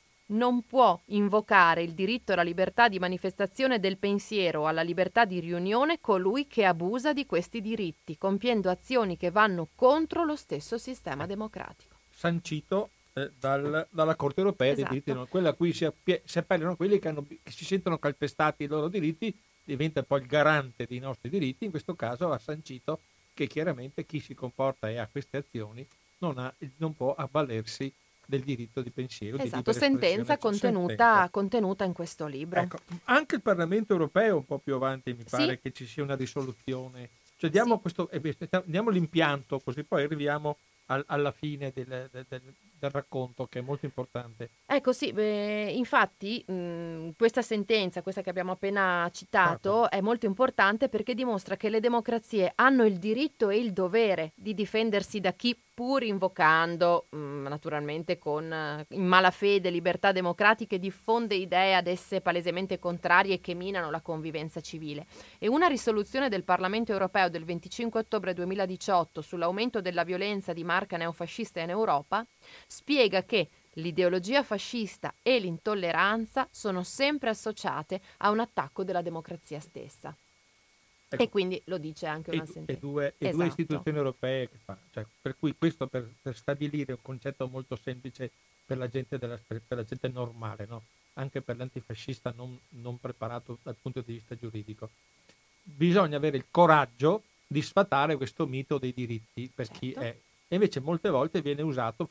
può invocare il diritto alla libertà di manifestazione del pensiero o alla libertà di riunione colui che abusa di questi diritti, compiendo azioni che vanno contro lo stesso sistema democratico. Sancito dalla Corte europea dei diritti dell'uomo, quella a cui si appellano quelli che si sentono calpestati i loro diritti, diventa poi il garante dei nostri diritti. In questo caso ha sancito che chiaramente chi si comporta e ha queste azioni non può avvalersi del diritto di pensiero. Esatto, di sentenza contenuta in questo libro. Ecco, anche il Parlamento europeo un po' più avanti mi pare che ci sia una risoluzione. Cioè diamo l'impianto, così poi arriviamo alla fine del racconto, che è molto importante. Ecco, sì, infatti questa sentenza, questa che abbiamo appena citato, è molto importante perché dimostra che le democrazie hanno il diritto e il dovere di difendersi da chi, pur invocando, naturalmente in malafede, libertà democratiche, diffonde idee ad esse palesemente contrarie che minano la convivenza civile. E una risoluzione del Parlamento europeo del 25 ottobre 2018 sull'aumento della violenza di marca neofascista in Europa spiega che l'ideologia fascista e l'intolleranza sono sempre associate a un attacco della democrazia stessa. Ecco. E quindi lo dice anche una sentenza. Due istituzioni europee che fanno. Cioè, per cui questo per stabilire un concetto molto semplice per la gente, per la gente normale, no? Anche per l'antifascista non preparato dal punto di vista giuridico. Bisogna avere il coraggio di sfatare questo mito dei diritti per chi è. E invece molte volte viene usato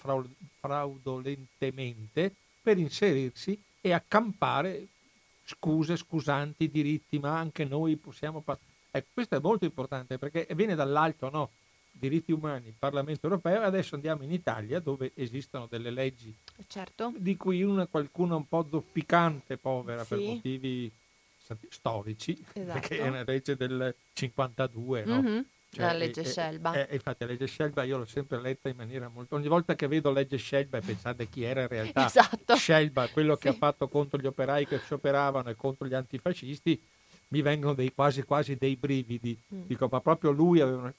fraudolentemente per inserirsi e accampare scusanti, diritti, ma anche noi possiamo... questo è molto importante perché viene dall'alto, no? Diritti umani, Parlamento europeo, e adesso andiamo in Italia dove esistono delle leggi di cui qualcuna un po' zoppicante, povera, per motivi storici, perché è una legge del 52, no? Mm-hmm. La legge Scelba. Infatti la legge Scelba io l'ho sempre letta in maniera molto... Ogni volta che vedo legge Scelba e pensate chi era in realtà Scelba, quello che ha fatto contro gli operai che scioperavano e contro gli antifascisti, mi vengono quasi dei brividi. Dico, ma proprio lui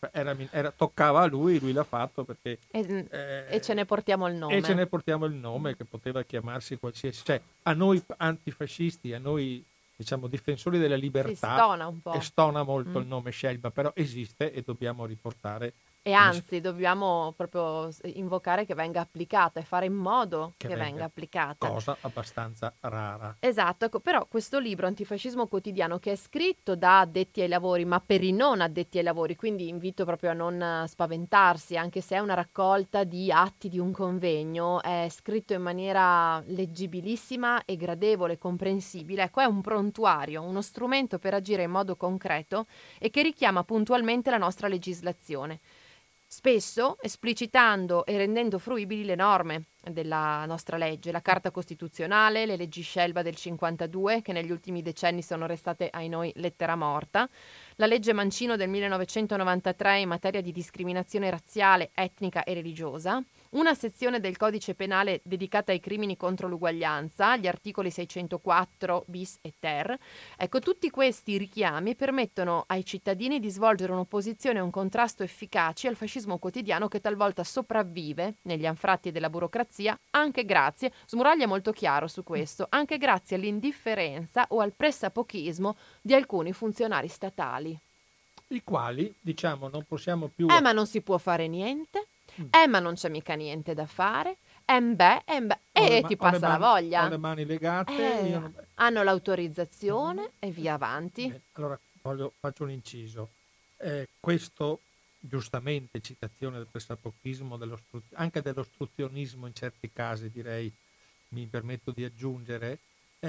toccava a lui l'ha fatto perché... E ce ne portiamo il nome. E ce ne portiamo il nome, che poteva chiamarsi qualsiasi... Cioè, a noi antifascisti, a noi... diciamo difensori della libertà, stona un po'. E stona molto il nome Scelba, però esiste e dobbiamo riportare E anzi, dobbiamo proprio invocare che venga applicata e fare in modo che venga applicata. Cosa abbastanza rara. Esatto, ecco, però questo libro Antifascismo quotidiano, che è scritto da addetti ai lavori, ma per i non addetti ai lavori, quindi invito proprio a non spaventarsi, anche se è una raccolta di atti di un convegno, è scritto in maniera leggibilissima e gradevole, comprensibile. Ecco, è un prontuario, uno strumento per agire in modo concreto e che richiama puntualmente la nostra legislazione, spesso esplicitando e rendendo fruibili le norme della nostra legge, la Carta Costituzionale, le leggi Scelba del 52, che negli ultimi decenni sono restate ai noi lettera morta, la legge Mancino del 1993 in materia di discriminazione razziale, etnica e religiosa, una sezione del codice penale dedicata ai crimini contro l'uguaglianza, gli articoli 604 bis e ter. Ecco, tutti questi richiami permettono ai cittadini di svolgere un'opposizione e un contrasto efficaci al fascismo quotidiano che talvolta sopravvive negli anfratti della burocrazia, anche grazie, Smuraglia è molto chiaro su questo, anche grazie all'indifferenza o al pressapochismo di alcuni funzionari statali. I quali, diciamo, non possiamo più... ma non si può fare niente, ma non c'è mica niente da fare, e ti passa la voglia. Ho le mani legate. Hanno l'autorizzazione e via avanti. Allora, faccio un inciso. Questo, giustamente, citazione del pressapochismo, anche dell'ostruzionismo in certi casi, direi, mi permetto di aggiungere,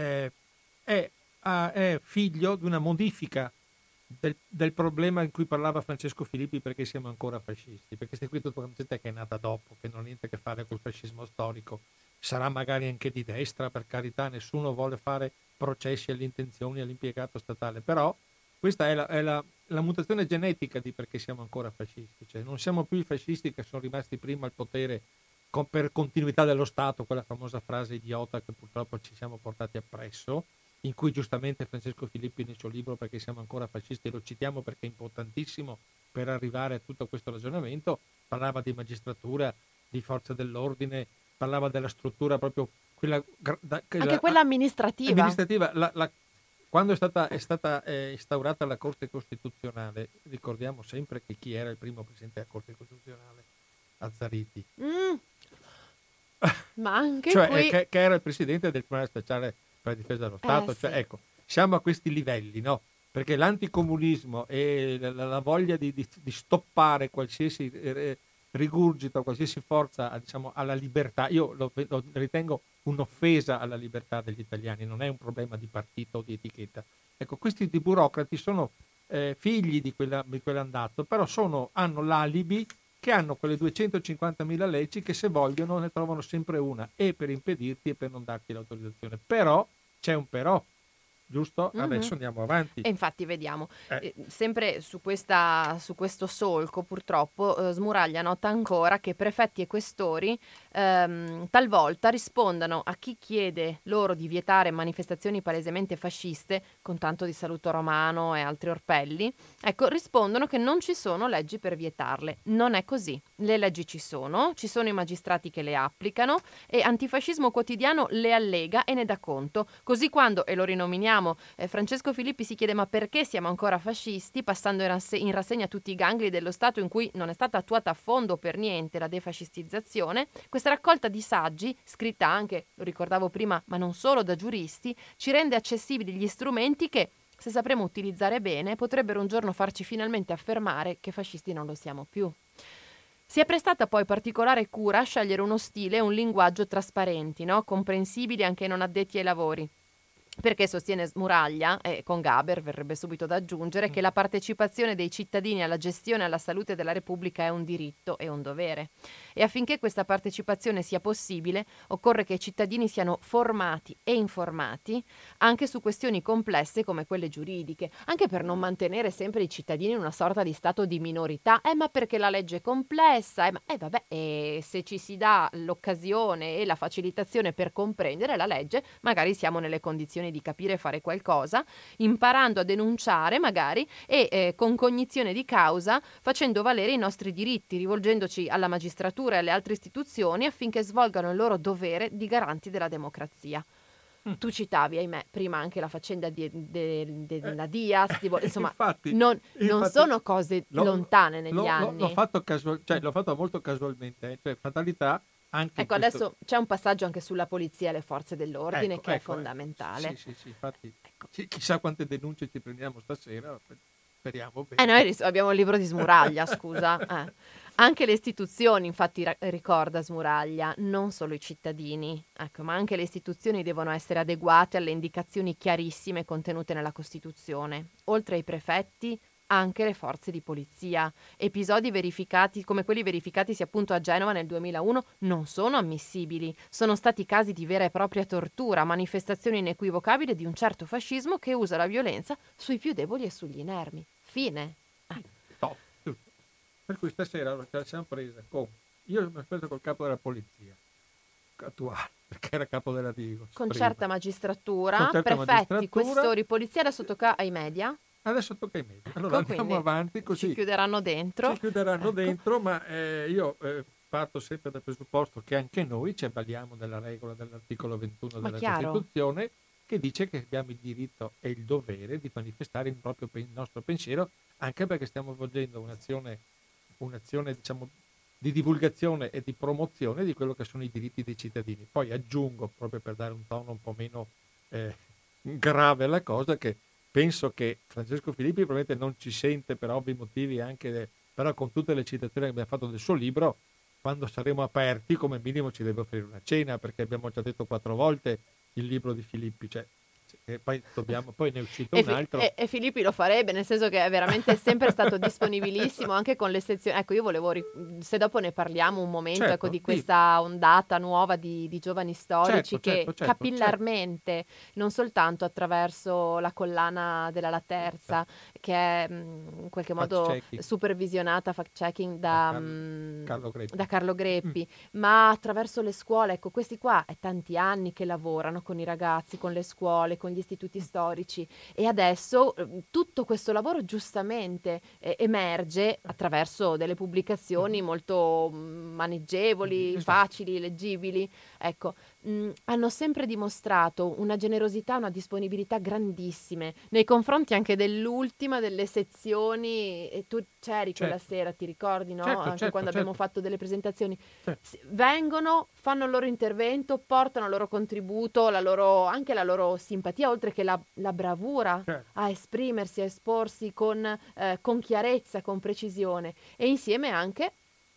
è figlio di una modifica del problema in cui parlava Francesco Filippi, perché siamo ancora fascisti, perché questa qui è tutta una gente che è nata dopo, che non ha niente a che fare col fascismo storico, sarà magari anche di destra, per carità, nessuno vuole fare processi alle intenzioni all'impiegato statale, però questa è la mutazione genetica di perché siamo ancora fascisti, cioè non siamo più i fascisti che sono rimasti prima al potere per continuità dello Stato, quella famosa frase idiota che purtroppo ci siamo portati appresso, in cui giustamente Francesco Filippi nel suo libro Perché siamo ancora fascisti, lo citiamo perché è importantissimo per arrivare a tutto questo ragionamento, parlava di magistratura, di forze dell'ordine, parlava della struttura proprio quella quella amministrativa. Quando è stata instaurata la Corte Costituzionale, ricordiamo sempre che chi era il primo presidente della Corte Costituzionale? Azzariti. Ma anche qui... che era il presidente del Tribunale Speciale per la Difesa dello Stato. Sì. Ecco, siamo a questi livelli, no? Perché l'anticomunismo e la voglia di stoppare qualsiasi rigurgito, qualsiasi forza, diciamo, alla libertà, io lo ritengo un'offesa alla libertà degli italiani, non è un problema di partito o di etichetta. Ecco, questi di burocrati sono figli di quell'andato, però hanno l'alibi che hanno quelle 250.000 leggi che se vogliono ne trovano sempre una, e per impedirti e per non darti l'autorizzazione. Però c'è un però, giusto? Adesso andiamo avanti. E infatti vediamo, sempre su questo solco purtroppo Smuraglia nota ancora che prefetti e questori talvolta rispondano a chi chiede loro di vietare manifestazioni palesemente fasciste, con tanto di saluto romano e altri orpelli, ecco, rispondono che non ci sono leggi per vietarle. Non è così. Le leggi ci sono i magistrati che le applicano e Antifascismo Quotidiano le allega e ne dà conto. Così quando, e lo rinominiamo, Francesco Filippi si chiede ma perché siamo ancora fascisti, passando in rassegna tutti i gangli dello Stato in cui non è stata attuata a fondo per niente la defascistizzazione, questa raccolta di saggi, scritta anche, lo ricordavo prima, ma non solo da giuristi, ci rende accessibili gli strumenti che, se sapremo utilizzare bene, potrebbero un giorno farci finalmente affermare che fascisti non lo siamo più. Si è prestata poi particolare cura a scegliere uno stile e un linguaggio trasparenti, no? Comprensibili anche ai non addetti ai lavori. Perché sostiene Smuraglia, e con Gaber verrebbe subito da aggiungere, che la partecipazione dei cittadini alla gestione e alla salute della Repubblica è un diritto e un dovere. E affinché questa partecipazione sia possibile, occorre che i cittadini siano formati e informati anche su questioni complesse come quelle giuridiche, anche per non mantenere sempre i cittadini in una sorta di stato di minorità. Ma perché la legge è complessa? Se ci si dà l'occasione e la facilitazione per comprendere la legge, magari siamo nelle condizioni di capire e fare qualcosa, imparando a denunciare magari e con cognizione di causa, facendo valere i nostri diritti, rivolgendoci alla magistratura e alle altre istituzioni affinché svolgano il loro dovere di garanti della democrazia. Tu citavi, ahimè, prima anche la faccenda della Diaz, insomma, Infatti, non sono cose l'ho lontane negli l'ho anni. fatto l'ho fatto molto casualmente, cioè fatalità anche Ecco, questo. adesso c'è un passaggio anche sulla polizia e le forze dell'ordine che è Ecco. fondamentale. Sì, infatti, Ecco. chissà quante denunce ci prendiamo stasera, speriamo bene. Noi abbiamo il libro di Smuraglia, scusa. Anche le istituzioni, infatti, ricorda Smuraglia, non solo i cittadini, ecco, ma anche le istituzioni devono essere adeguate alle indicazioni chiarissime contenute nella Costituzione. Oltre ai prefetti, anche le forze di polizia. Episodi verificati, come quelli verificatisi appunto a Genova nel 2001, non sono ammissibili. Sono stati casi di vera e propria tortura, manifestazioni inequivocabili di un certo fascismo che usa la violenza sui più deboli e sugli inermi. Fine. Top, giusto. Per cui stasera ce la siamo presa io mi aspetto col capo della polizia attuale, perché era capo della Digos Con prima. certa magistratura, Con certa prefetti, magistratura. questori, polizia, adesso tocca ai media. Adesso tocca ai media. Allora andiamo avanti così. Ci chiuderanno dentro. Dentro, ma io parto sempre dal presupposto che anche noi ci avvaliamo della regola dell'articolo 21 della Costituzione, che dice che abbiamo il diritto e il dovere di manifestare il nostro pensiero, anche perché stiamo svolgendo un'azione diciamo di divulgazione e di promozione di quello che sono i diritti dei cittadini. Poi aggiungo, proprio per dare un tono un po' meno grave alla cosa, che penso che Francesco Filippi probabilmente non ci sente per ovvi motivi, però con tutte le citazioni che abbiamo fatto del suo libro, quando saremo aperti come minimo ci deve offrire una cena, perché abbiamo già detto 4 volte il libro di Filippi, e poi ne è uscito un altro. E Filippi lo farebbe, nel senso che è veramente sempre stato disponibilissimo anche con le sezioni. Ecco, io volevo, se dopo ne parliamo un momento, di questa ondata nuova di giovani storici che capillarmente, non soltanto attraverso la collana della La Terza, che è in qualche modo supervisionata, fact-checking da Carlo Greppi, ma attraverso le scuole. Ecco, questi qua è tanti anni che lavorano con i ragazzi, con le scuole, con gli istituti storici, e adesso tutto questo lavoro giustamente emerge attraverso delle pubblicazioni molto maneggevoli, facili, leggibili. Ecco, hanno sempre dimostrato una generosità, una disponibilità grandissime nei confronti anche dell'ultima delle sezioni, e tu c'eri quella sera, ti ricordi, no? Anche quando abbiamo fatto delle presentazioni. Vengono, fanno il loro intervento, portano il loro contributo, anche la loro simpatia, oltre che la bravura a esprimersi, a esporsi con chiarezza, con precisione, e insieme anche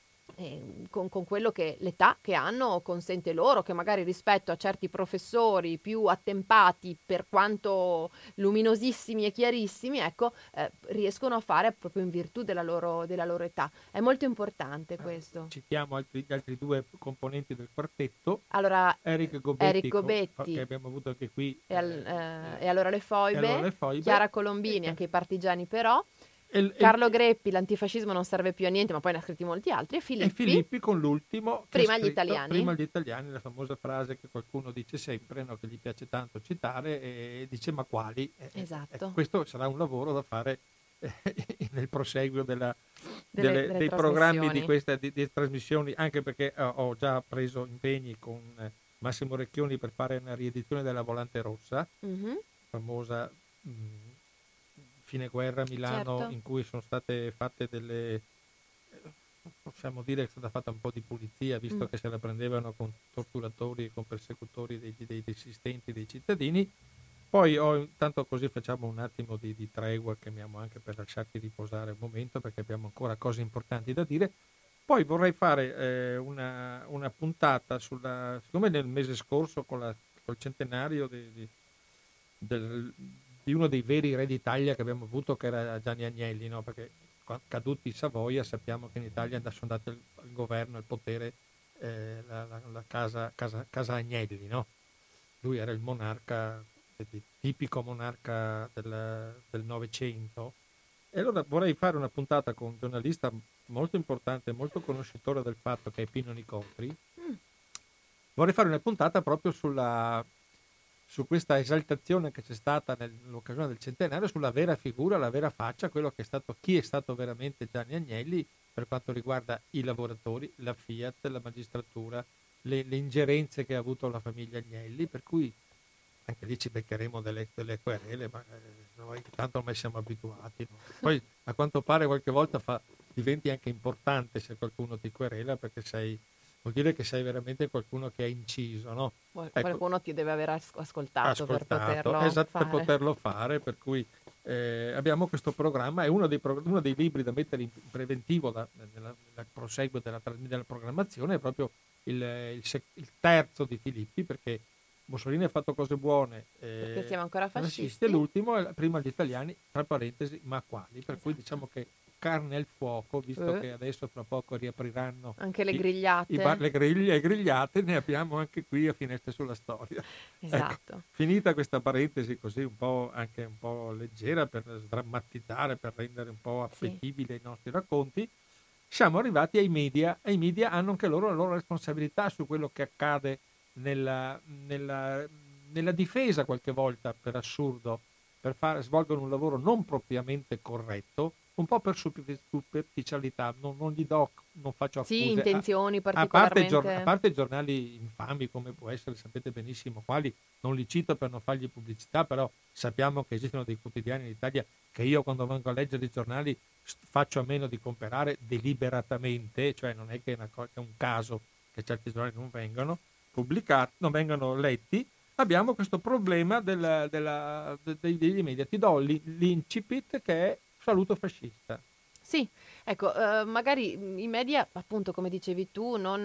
con quello che l'età che hanno consente loro, che magari rispetto a certi professori più attempati, per quanto luminosissimi e chiarissimi, ecco, riescono a fare proprio in virtù della loro età. È molto importante questo. Citiamo altri 2 componenti del quartetto. Allora, Eric Gobetti, che abbiamo avuto anche qui, e allora le foibe, Chiara Colombini, anche i partigiani però. Carlo Greppi, l'antifascismo non serve più a niente, ma poi ne ha scritti molti altri. E Filippi con l'ultimo, prima gli italiani. Prima gli italiani, la famosa frase che qualcuno dice sempre, che gli piace tanto citare, e dice: ma quali? Esatto. Questo sarà un lavoro da fare nel proseguio dei programmi di queste di trasmissioni, anche perché ho già preso impegni con Massimo Recchioni per fare una riedizione della Volante Rossa, famosa fine guerra a Milano, in cui sono state fatte possiamo dire che è stata fatta un po' di pulizia, visto che se la prendevano con torturatori e con persecutori dei assistenti dei cittadini. Poi intanto così facciamo un attimo di tregua, chiamiamo, anche per lasciarti riposare un momento, perché abbiamo ancora cose importanti da dire. Poi vorrei fare una puntata siccome nel mese scorso col centenario di uno dei veri re d'Italia che abbiamo avuto, che era Gianni Agnelli, no? Perché caduti i Savoia sappiamo che in Italia sono andati al governo, al potere, la casa Agnelli, no? Lui era il monarca, il tipico monarca del Novecento. E allora vorrei fare una puntata con un giornalista molto importante, molto conoscitore del fatto, che è Pino Nicotri. Vorrei fare una puntata proprio su questa esaltazione che c'è stata nell'occasione del centenario, sulla vera figura, la vera faccia, chi è stato veramente Gianni Agnelli per quanto riguarda i lavoratori, la Fiat, la magistratura, le ingerenze che ha avuto la famiglia Agnelli, per cui anche lì ci beccheremo delle querele, ma noi tanto ormai siamo abituati, no? Poi a quanto pare qualche volta diventi anche importante se qualcuno ti querela, perché vuol dire che sei veramente qualcuno che ha inciso, no? Ecco, Qualcuno ti deve aver ascoltato per poterlo esatto, fare. per poterlo fare, per cui abbiamo questo programma, è uno dei libri da mettere in preventivo nel proseguo della programmazione, è proprio il terzo di Filippi, perché Mussolini ha fatto cose buone, Perché siamo ancora fascisti. e l'ultimo è prima gli italiani, tra parentesi, ma quali? Per cui diciamo che carne al fuoco, visto che adesso tra poco riapriranno anche le grigliate. le grigliate, ne abbiamo anche qui a Finestre sulla Storia. Esatto. Ecco, finita questa parentesi così anche un po' leggera per sdrammatizzare, per rendere un po' appetibile i nostri racconti, siamo arrivati ai media. E i media hanno anche loro la loro responsabilità su quello che accade nella difesa, qualche volta per assurdo, svolgono un lavoro non propriamente corretto, un po' per superficialità, non faccio accuse. Sì, intenzioni particolarmente. A parte giornali infami come può essere, sapete benissimo quali, non li cito per non fargli pubblicità, però sappiamo che esistono dei quotidiani in Italia che io quando vengo a leggere i giornali faccio a meno di comprare deliberatamente, cioè non è che è un caso che certi giornali non vengano pubblicati, non vengano letti. Abbiamo questo problema dei media. Ti do l'incipit, che è saluto fascista. Sì, ecco, magari i media, appunto, come dicevi tu, non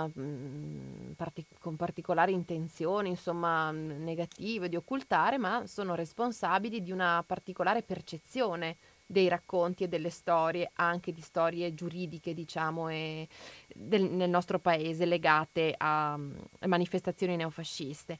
con particolari intenzioni, insomma, negative di occultare, ma sono responsabili di una particolare percezione dei racconti e delle storie, anche di storie giuridiche, diciamo, nel nostro paese legate a manifestazioni neofasciste.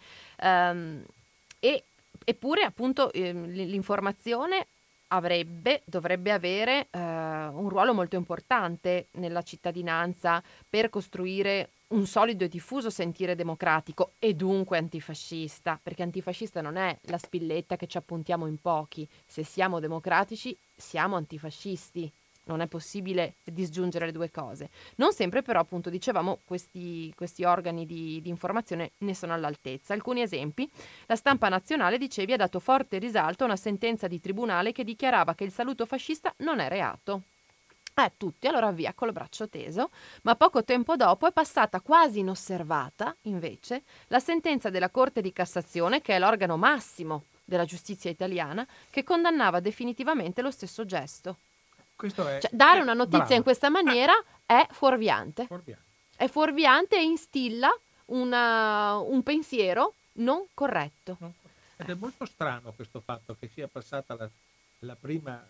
Eppure, appunto, l'informazione dovrebbe avere un ruolo molto importante nella cittadinanza per costruire un solido e diffuso sentire democratico e dunque antifascista, perché antifascista non è la spilletta che ci appuntiamo in pochi. Se siamo democratici, siamo antifascisti. Non è possibile disgiungere le due cose. Non sempre però, appunto, dicevamo, questi organi di informazione ne sono all'altezza. Alcuni esempi: la Stampa Nazionale, dicevi, ha dato forte risalto a una sentenza di tribunale che dichiarava che il saluto fascista non è reato. Tutti allora via col braccio teso, ma poco tempo dopo è passata quasi inosservata, invece, la sentenza della Corte di Cassazione, che è l'organo massimo della giustizia italiana, che condannava definitivamente lo stesso gesto. Dare una notizia in questa maniera è fuorviante. È fuorviante e instilla un pensiero non corretto. Ed è molto strano questo fatto che sia passata la prima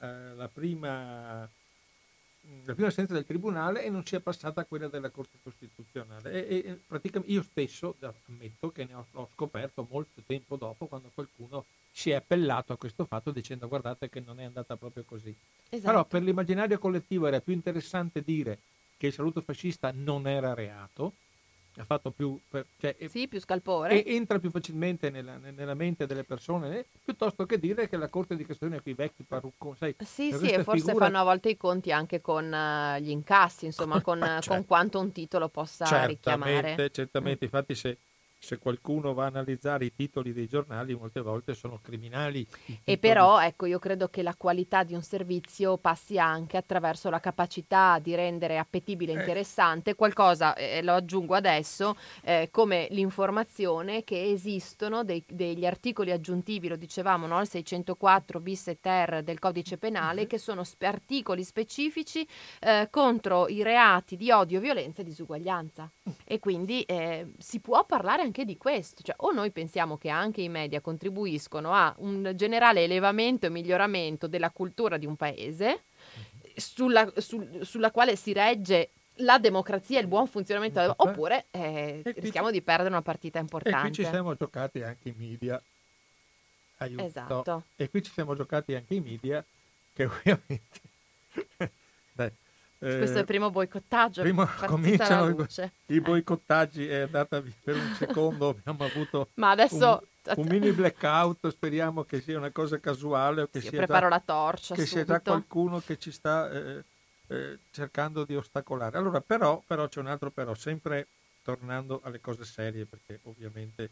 sentenza del tribunale e non sia passata quella della Corte Costituzionale. E praticamente io stesso ammetto che ne ho scoperto molto tempo dopo, quando qualcuno si è appellato a questo fatto dicendo: guardate che non è andata proprio così. Esatto. Però per l'immaginario collettivo era più interessante dire che il saluto fascista non era reato, ha fatto più scalpore, e entra più facilmente nella mente delle persone, piuttosto che dire che la Corte di Cassazione, quei vecchi parrucconi, sai, e forse fanno a volte i conti anche con gli incassi, insomma, con quanto un titolo possa richiamare. Certamente, infatti se qualcuno va a analizzare i titoli dei giornali, molte volte sono criminali. E però, ecco, io credo che la qualità di un servizio passi anche attraverso la capacità di rendere appetibile e interessante qualcosa, lo aggiungo adesso, come l'informazione che esistono degli articoli aggiuntivi, lo dicevamo, no? Il 604 bis e ter del codice penale, che sono articoli specifici contro i reati di odio, violenza e disuguaglianza. E quindi si può parlare anche di questo, cioè o noi pensiamo che anche i media contribuiscono a un generale elevamento e miglioramento della cultura di un paese sulla quale si regge la democrazia e il buon funzionamento, oppure rischiamo di perdere una partita importante. E qui ci siamo giocati anche i media. Aiuto. Esatto. E qui ci siamo giocati anche i media, che ovviamente dai. Questo è il primo boicottaggio. Cominciano i boicottaggi, è andata via per un secondo, abbiamo avuto ma adesso un mini blackout, speriamo che sia una cosa casuale o che sia preparo la torcia che subito. sia già qualcuno che ci sta cercando di ostacolare. Allora però c'è un altro però, sempre tornando alle cose serie, perché ovviamente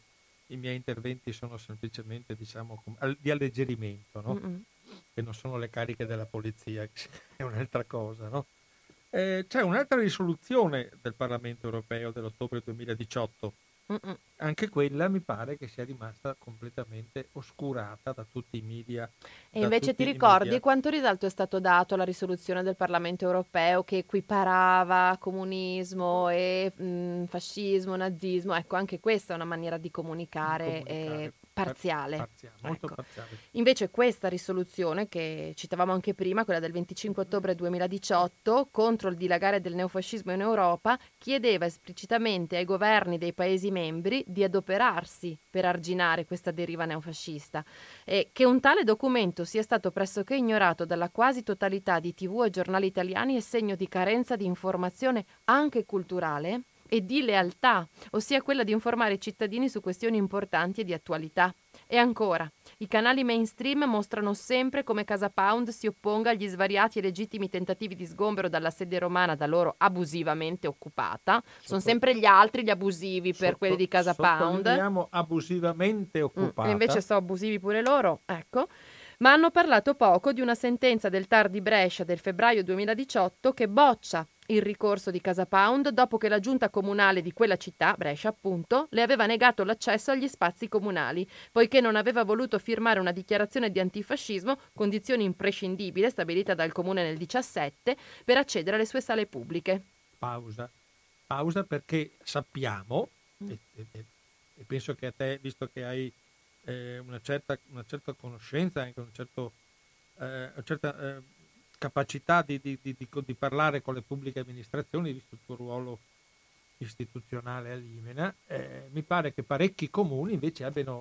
i miei interventi sono semplicemente, diciamo, di alleggerimento, no? Che non sono le cariche della polizia, che è un'altra cosa, no? C'è un'altra risoluzione del Parlamento europeo dell'ottobre 2018. Anche quella mi pare che sia rimasta completamente oscurata da tutti i media. E invece ti ricordi quanto risalto è stato dato alla risoluzione del Parlamento europeo che equiparava comunismo e fascismo, nazismo? Ecco, anche questa è una maniera di comunicare parziale. Molto Ecco. parziale. Invece questa risoluzione che citavamo anche prima, quella del 25 ottobre 2018, contro il dilagare del neofascismo in Europa, chiedeva esplicitamente ai governi dei Paesi membri di adoperarsi per arginare questa deriva neofascista. E che un tale documento sia stato pressoché ignorato dalla quasi totalità di TV e giornali italiani è segno di carenza di informazione anche culturale e di lealtà, ossia quella di informare i cittadini su questioni importanti e di attualità. E ancora, i canali mainstream mostrano sempre come Casa Pound si opponga agli svariati e legittimi tentativi di sgombero dalla sede romana da loro abusivamente occupata. Sono sempre gli altri gli abusivi per quelli di Casa Pound. Sottolineiamo abusivamente occupata. E invece sono abusivi pure loro, ecco. Ma hanno parlato poco di una sentenza del TAR di Brescia del febbraio 2018 che boccia il ricorso di Casa Pound dopo che la giunta comunale di quella città, Brescia appunto, le aveva negato l'accesso agli spazi comunali, poiché non aveva voluto firmare una dichiarazione di antifascismo, condizione imprescindibile stabilita dal comune nel 2017, per accedere alle sue sale pubbliche. Pausa perché sappiamo, e penso che a te, visto che hai una certa conoscenza, anche una certa capacità di parlare con le pubbliche amministrazioni, visto il tuo ruolo istituzionale all'Imena, mi pare che parecchi comuni invece abbiano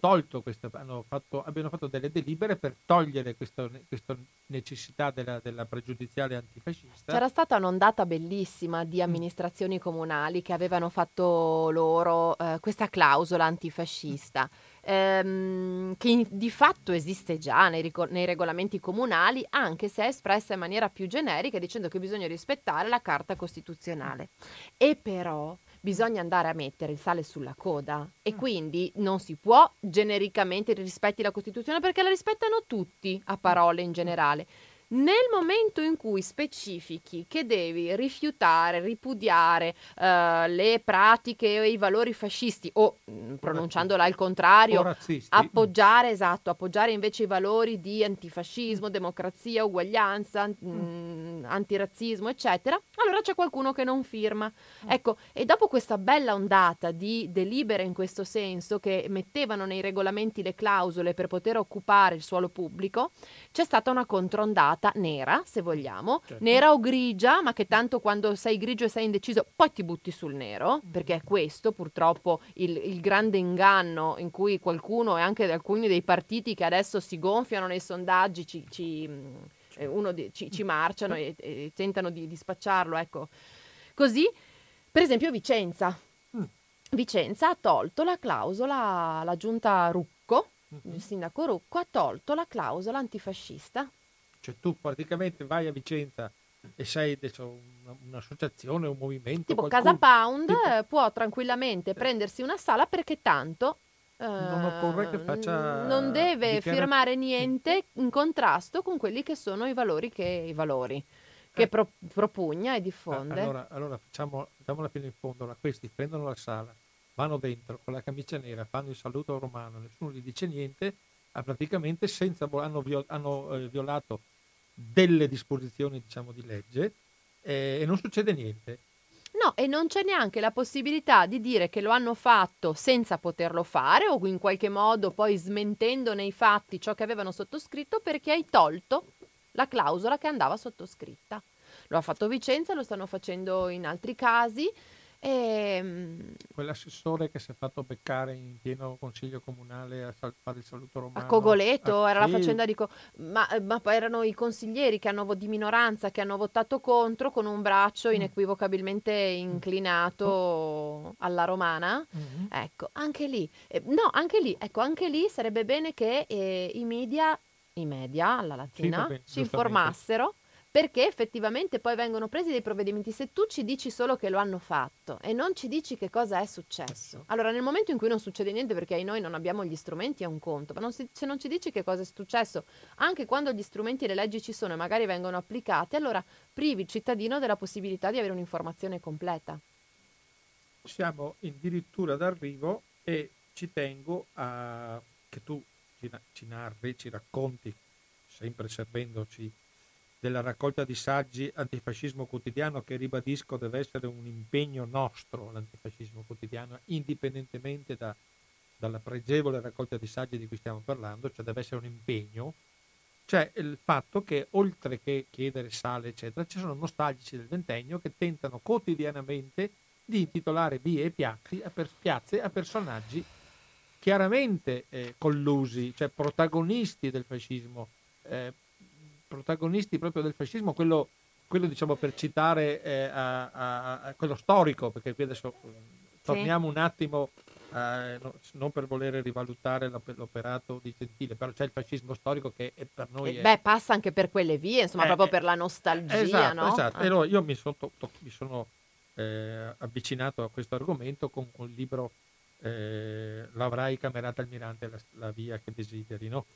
fatto delle delibere per togliere questa necessità della pregiudiziale antifascista. C'era stata un'ondata bellissima di amministrazioni comunali che avevano fatto loro questa clausola antifascista. Che di fatto esiste già nei regolamenti comunali, anche se è espressa in maniera più generica dicendo che bisogna rispettare la Carta Costituzionale. E però bisogna andare a mettere il sale sulla coda e quindi non si può genericamente rispetti la Costituzione perché la rispettano tutti a parole in generale. Nel momento in cui specifichi che devi rifiutare, ripudiare le pratiche e i valori fascisti o, pronunciandola al contrario, appoggiare invece i valori di antifascismo, democrazia, uguaglianza, antirazzismo, eccetera, allora c'è qualcuno che non firma. Ecco, e dopo questa bella ondata di delibere in questo senso, che mettevano nei regolamenti le clausole per poter occupare il suolo pubblico, c'è stata una controndata nera, se vogliamo, certo. Nera o grigia, ma che tanto quando sei grigio e sei indeciso poi ti butti sul nero, perché è questo purtroppo il grande inganno in cui qualcuno e anche alcuni dei partiti che adesso si gonfiano nei sondaggi ci marciano e tentano di spacciarlo, ecco. Così, per esempio Vicenza ha tolto la clausola, la giunta Rucco, il sindaco Rucco ha tolto la clausola antifascista. Cioè tu praticamente vai a Vicenza e sei un'associazione, un movimento tipo Casa Pound può tranquillamente prendersi una sala perché tanto non occorre che faccia non deve firmare niente in contrasto con quelli che sono i valori che propugna e diffonde. Allora facciamola fino in fondo. Questi prendono la sala, vanno dentro con la camicia nera, fanno il saluto romano, nessuno gli dice niente, praticamente hanno violato delle disposizioni, diciamo, di legge, e non succede niente. No, e non c'è neanche la possibilità di dire che lo hanno fatto senza poterlo fare o in qualche modo poi smentendo nei fatti ciò che avevano sottoscritto perché hai tolto la clausola che andava sottoscritta. Lo ha fatto Vicenza, lo stanno facendo in altri casi. Quell'assessore che si è fatto beccare in pieno consiglio comunale a fare il saluto romano a Cogoleto era la faccenda ma poi erano i consiglieri di minoranza che hanno votato contro con un braccio inequivocabilmente inclinato alla romana. Ecco, anche lì sarebbe bene che i media alla latina si informassero perché effettivamente poi vengono presi dei provvedimenti. Se tu ci dici solo che lo hanno fatto e non ci dici che cosa è successo, allora nel momento in cui non succede niente, perché noi non abbiamo gli strumenti è un conto, ma se non ci dici che cosa è successo, anche quando gli strumenti e le leggi ci sono e magari vengono applicati, allora privi il cittadino della possibilità di avere un'informazione completa. Siamo addirittura d'arrivo e ci tengo a che tu ci narri, ci racconti, sempre servendoci della raccolta di saggi Antifascismo Quotidiano, che ribadisco deve essere un impegno nostro, l'antifascismo quotidiano, indipendentemente dalla pregevole raccolta di saggi di cui stiamo parlando, cioè deve essere un impegno. C'è il fatto che oltre che chiedere sale eccetera, ci sono nostalgici del ventennio che tentano quotidianamente di intitolare vie e piazze a personaggi chiaramente collusi, cioè protagonisti del fascismo, protagonisti proprio del fascismo, quello diciamo per citare a quello storico, perché qui adesso torniamo un attimo, non per voler rivalutare l'operato di Gentile, però c'è il fascismo storico che per noi passa anche per quelle vie, insomma, proprio per la nostalgia, esatto, no? Esatto. E allora io mi sono avvicinato a questo argomento con un libro L'avrai camerata almirante, la via che desideri, no?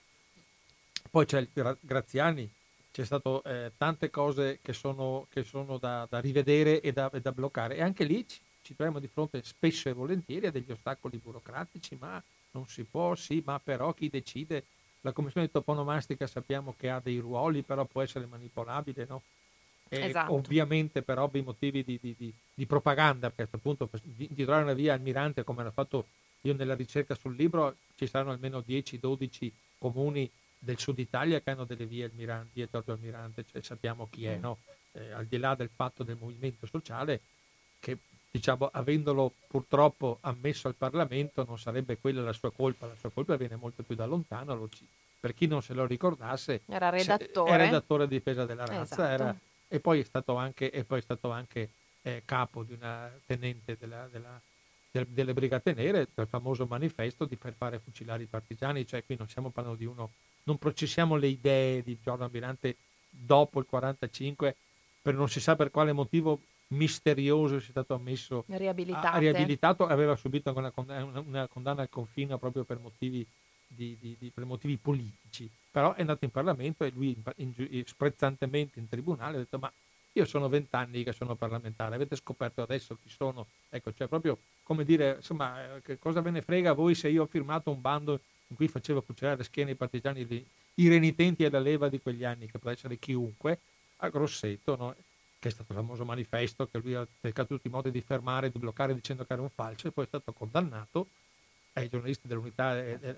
Poi c'è il Graziani, c'è stato tante cose che sono da rivedere e da bloccare, e anche lì ci troviamo di fronte spesso e volentieri a degli ostacoli burocratici, ma non si può, sì, ma però chi decide? La commissione toponomastica sappiamo che ha dei ruoli, però può essere manipolabile, no? Esatto. Ovviamente per ovvi motivi di propaganda, perché a questo punto di trovare una via almirante, come l'ho fatto io nella ricerca sul libro, ci saranno almeno 10-12 comuni del sud Italia che hanno delle vie almiranti, via Giorgio Almirante, cioè sappiamo chi è, no? Al di là del fatto del movimento sociale, che diciamo avendolo purtroppo ammesso al Parlamento non sarebbe quella la sua colpa viene molto più da lontano, per chi non se lo ricordasse, era redattore è redattore di difesa della razza, esatto. e poi è stato anche capo di una tenente delle Brigate Nere, del famoso manifesto di per fare fucilare i partigiani, cioè qui non stiamo parlando di uno, non processiamo le idee di Giorgio Almirante dopo il 45, non si sa per quale motivo misterioso sia stato ammesso riabilitato, aveva subito una condanna al confino proprio per motivi per motivi politici, però è andato in Parlamento e lui sprezzantemente in tribunale ha detto: ma io sono 20 anni che sono parlamentare, avete scoperto adesso chi sono? Ecco, cioè proprio come dire, insomma, che cosa ve ne frega a voi se io ho firmato un bando in cui facevo fucilare le schiene ai partigiani, i renitenti alla leva di quegli anni, che può essere chiunque, a Grosseto, no? Che è stato il famoso manifesto che lui ha cercato tutti i modi di fermare, di bloccare dicendo che era un falso, e poi è stato condannato ai giornalisti dell'Unità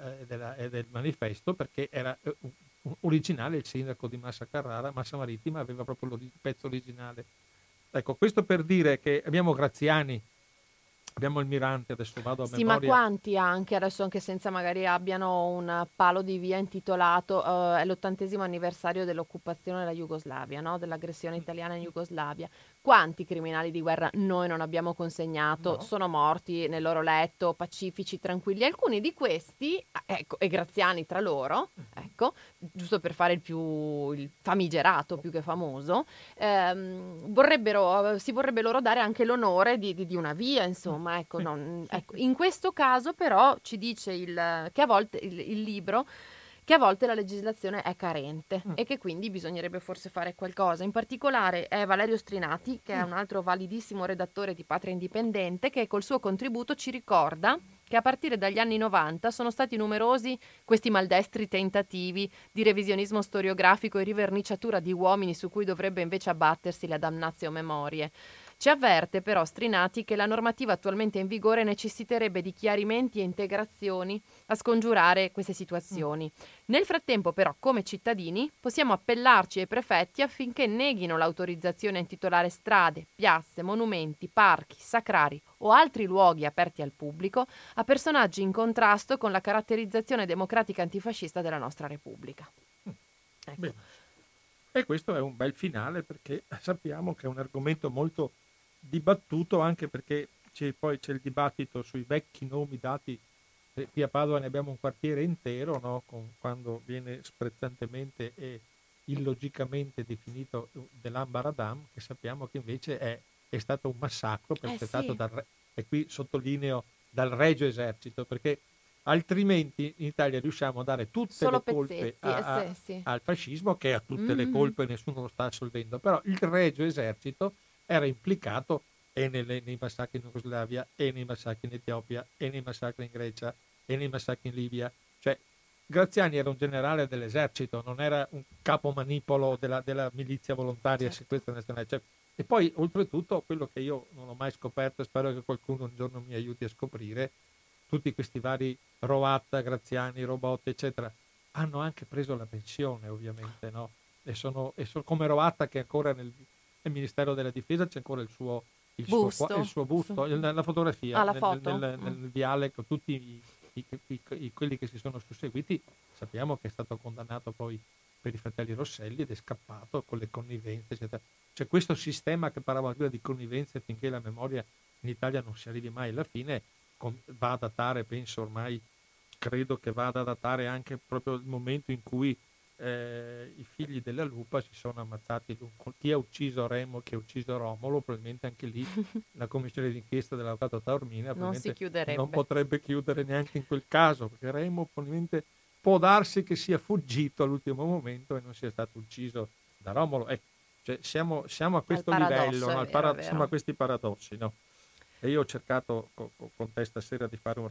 e del manifesto perché era originale. Il sindaco di Massa Carrara, Massa Marittima, aveva proprio il pezzo originale. Ecco, questo per dire che abbiamo Graziani, abbiamo Almirante, adesso vado a memoria. Sì, ma quanti anche, adesso anche senza magari abbiano un palo di via intitolato è l'80° anniversario dell'occupazione della Jugoslavia, no? Dell'aggressione italiana in Jugoslavia. Quanti criminali di guerra noi non abbiamo consegnato, sono morti nel loro letto, pacifici, tranquilli. Alcuni di questi, ecco, e Graziani tra loro, ecco, giusto per fare il famigerato più che famoso, si vorrebbe loro dare anche l'onore di una via, insomma, ecco, ecco. In questo caso però ci dice che a volte il libro che a volte la legislazione è carente e che quindi bisognerebbe forse fare qualcosa. In particolare è Valerio Strinati, che è un altro validissimo redattore di Patria Indipendente, che col suo contributo ci ricorda che a partire dagli anni 90 sono stati numerosi questi maldestri tentativi di revisionismo storiografico e riverniciatura di uomini su cui dovrebbe invece abbattersi la damnatio memoriae. Ci avverte però Strinati che la normativa attualmente in vigore necessiterebbe di chiarimenti e integrazioni a scongiurare queste situazioni. Nel frattempo però, come cittadini, possiamo appellarci ai prefetti affinché neghino l'autorizzazione a intitolare strade, piazze, monumenti, parchi, sacrari o altri luoghi aperti al pubblico a personaggi in contrasto con la caratterizzazione democratica antifascista della nostra Repubblica. Ecco. E questo è un bel finale, perché sappiamo che è un argomento molto dibattuto, anche perché poi c'è il dibattito sui vecchi nomi dati. Qui a Padova ne abbiamo un quartiere intero, no? Quando viene sprezzantemente illogicamente definito dell'Ambaradam, che sappiamo che invece è stato un massacro perpetrato sì, dal re, e qui sottolineo dal Regio Esercito, perché altrimenti in Italia riusciamo a dare tutte solo le colpe pezzetti, sì, sì. al fascismo, che ha tutte le Mhm. colpe e nessuno lo sta assolvendo, però il Regio Esercito era implicato e nei massacri in Jugoslavia, e nei massacri in Etiopia, e nei massacri in Grecia, e nei massacri in Libia. Cioè, Graziani era un generale dell'esercito, non era un capomanipolo della milizia volontaria Certo. sicurezza nazionale. Cioè, e poi, oltretutto, quello che io non ho mai scoperto e spero che qualcuno un giorno mi aiuti a scoprire, tutti questi vari Roatta, Graziani, Robotti, eccetera, hanno anche preso la pensione, ovviamente, no? E sono come Roatta, che ancora nel Ministero della Difesa c'è ancora il Busto. suo busto, la fotografia Ah, la nel, nel- foto? nel- nel viale con tutti quelli che si sono susseguiti. Sappiamo che è stato condannato poi per i fratelli Rosselli ed è scappato con le connivenze, eccetera. Cioè questo sistema che parlava prima di connivenze, finché la memoria in Italia non si arrivi mai alla fine, va a datare, penso ormai, credo che vada a datare anche proprio il momento in cui i figli della lupa si sono ammazzati. Chi ha ucciso Remo, chi ha ucciso Romolo, probabilmente anche lì la commissione d'inchiesta dell'avvocato Taormina Non si probabilmente non chiuderebbe. potrebbe chiudere neanche in quel caso, perché Remo probabilmente può darsi che sia fuggito all'ultimo momento e non sia stato ucciso da Romolo. Cioè siamo a Al questo livello, paradosso, no? è vero, è Siamo a vero. questi paradossi, no? E io ho cercato con te stasera di fare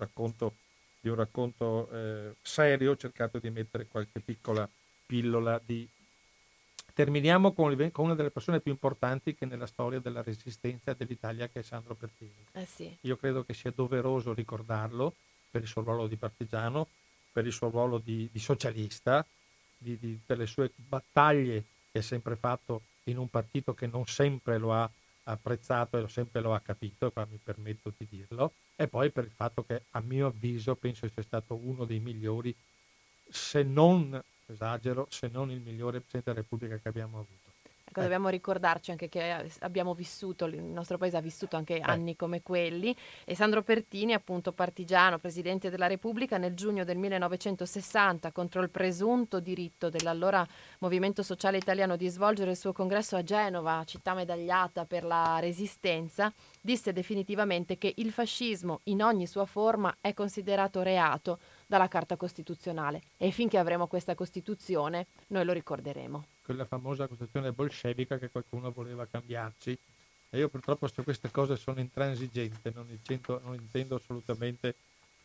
un racconto serio, ho cercato di mettere qualche piccola pillola di... Terminiamo con una delle persone più importanti che nella storia della resistenza dell'Italia, che è Sandro Pertini. Eh sì. Io credo che sia doveroso ricordarlo per il suo ruolo di partigiano, per il suo ruolo di socialista, per le sue battaglie che ha sempre fatto in un partito che non sempre lo ha apprezzato e sempre lo ha capito, e qua mi permetto di dirlo, e poi per il fatto che, a mio avviso, penso sia stato uno dei migliori, se non, esagero, se non il migliore Presidente della Repubblica che abbiamo avuto. Ecco, dobbiamo ricordarci anche che abbiamo vissuto, il nostro paese ha vissuto anche anni come quelli, e Sandro Pertini, appunto partigiano, Presidente della Repubblica, nel giugno del 1960, contro il presunto diritto dell'allora Movimento Sociale Italiano di svolgere il suo congresso a Genova, città medagliata per la Resistenza, disse definitivamente che il fascismo in ogni sua forma è considerato reato dalla Carta Costituzionale, e finché avremo questa Costituzione noi lo ricorderemo. Quella famosa Costituzione bolscevica che qualcuno voleva cambiarci, e io purtroppo su queste cose sono intransigente, non intendo assolutamente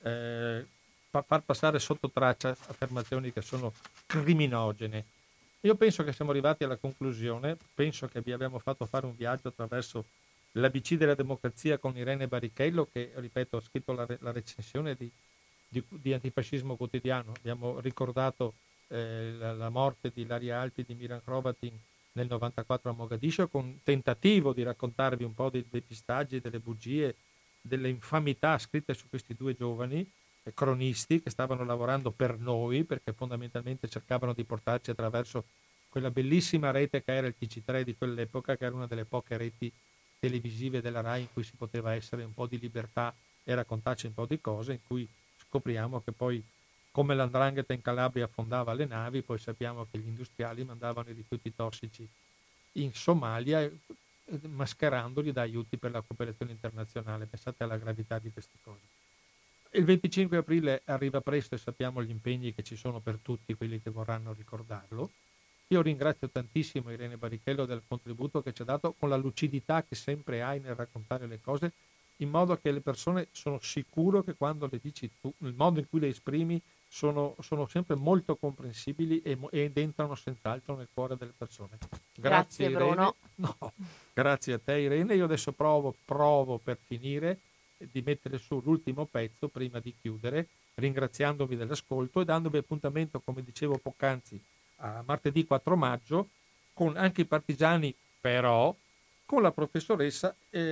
far passare sotto traccia affermazioni che sono criminogene. Io penso che siamo arrivati alla conclusione, penso che vi abbiamo fatto fare un viaggio attraverso l'ABC della democrazia con Irene Barrichello, che, ripeto, ha scritto la recensione di Antifascismo Quotidiano. Abbiamo ricordato la morte di Ilaria Alpi e di Miran Hrovatin nel 94 a Mogadiscio, con tentativo di raccontarvi un po' dei depistaggi, delle bugie, delle infamità scritte su questi due giovani cronisti che stavano lavorando per noi, perché fondamentalmente cercavano di portarci attraverso quella bellissima rete che era il TG3 di quell'epoca, che era una delle poche reti televisive della RAI in cui si poteva essere un po' di libertà e raccontarci un po' di cose, in cui scopriamo che poi, come l''ndrangheta in Calabria affondava le navi, poi sappiamo che gli industriali mandavano i rifiuti tossici in Somalia, mascherandoli da aiuti per la cooperazione internazionale. Pensate alla gravità di queste cose. Il 25 aprile arriva presto e sappiamo gli impegni che ci sono per tutti quelli che vorranno ricordarlo. Io ringrazio tantissimo Irene Barrichello del contributo che ci ha dato, con la lucidità che sempre hai nel raccontare le cose, in modo che le persone, sono sicuro che quando le dici tu, il modo in cui le esprimi, sono sempre molto comprensibili ed entrano senz'altro nel cuore delle persone. Grazie Irene. Bruno. No, grazie a te Irene. Io adesso provo per finire di mettere su l'ultimo pezzo prima di chiudere, ringraziandovi dell'ascolto e dandovi appuntamento, come dicevo poc'anzi, a martedì 4 maggio, con anche i partigiani, però con la professoressa,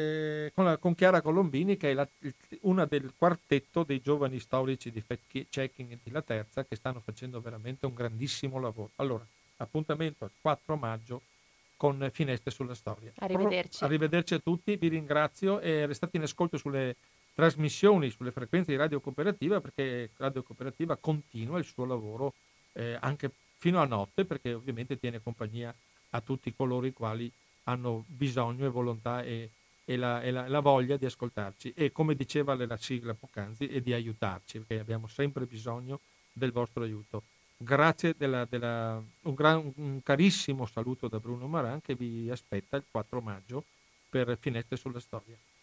con Chiara Colombini, che è una del quartetto dei giovani storici di Fact-Checking e di La Terza, che stanno facendo veramente un grandissimo lavoro. Allora, appuntamento al 4 maggio con Finestre sulla Storia. Arrivederci. Arrivederci a tutti, vi ringrazio e restate in ascolto sulle trasmissioni, sulle frequenze di Radio Cooperativa, perché Radio Cooperativa continua il suo lavoro anche fino a notte, perché ovviamente tiene compagnia a tutti coloro i quali hanno bisogno e volontà e la voglia di ascoltarci, e come diceva la sigla poc'anzi, e di aiutarci, perché abbiamo sempre bisogno del vostro aiuto. Grazie un carissimo saluto da Bruno Maran, che vi aspetta il 4 maggio per Finestre sulla Storia.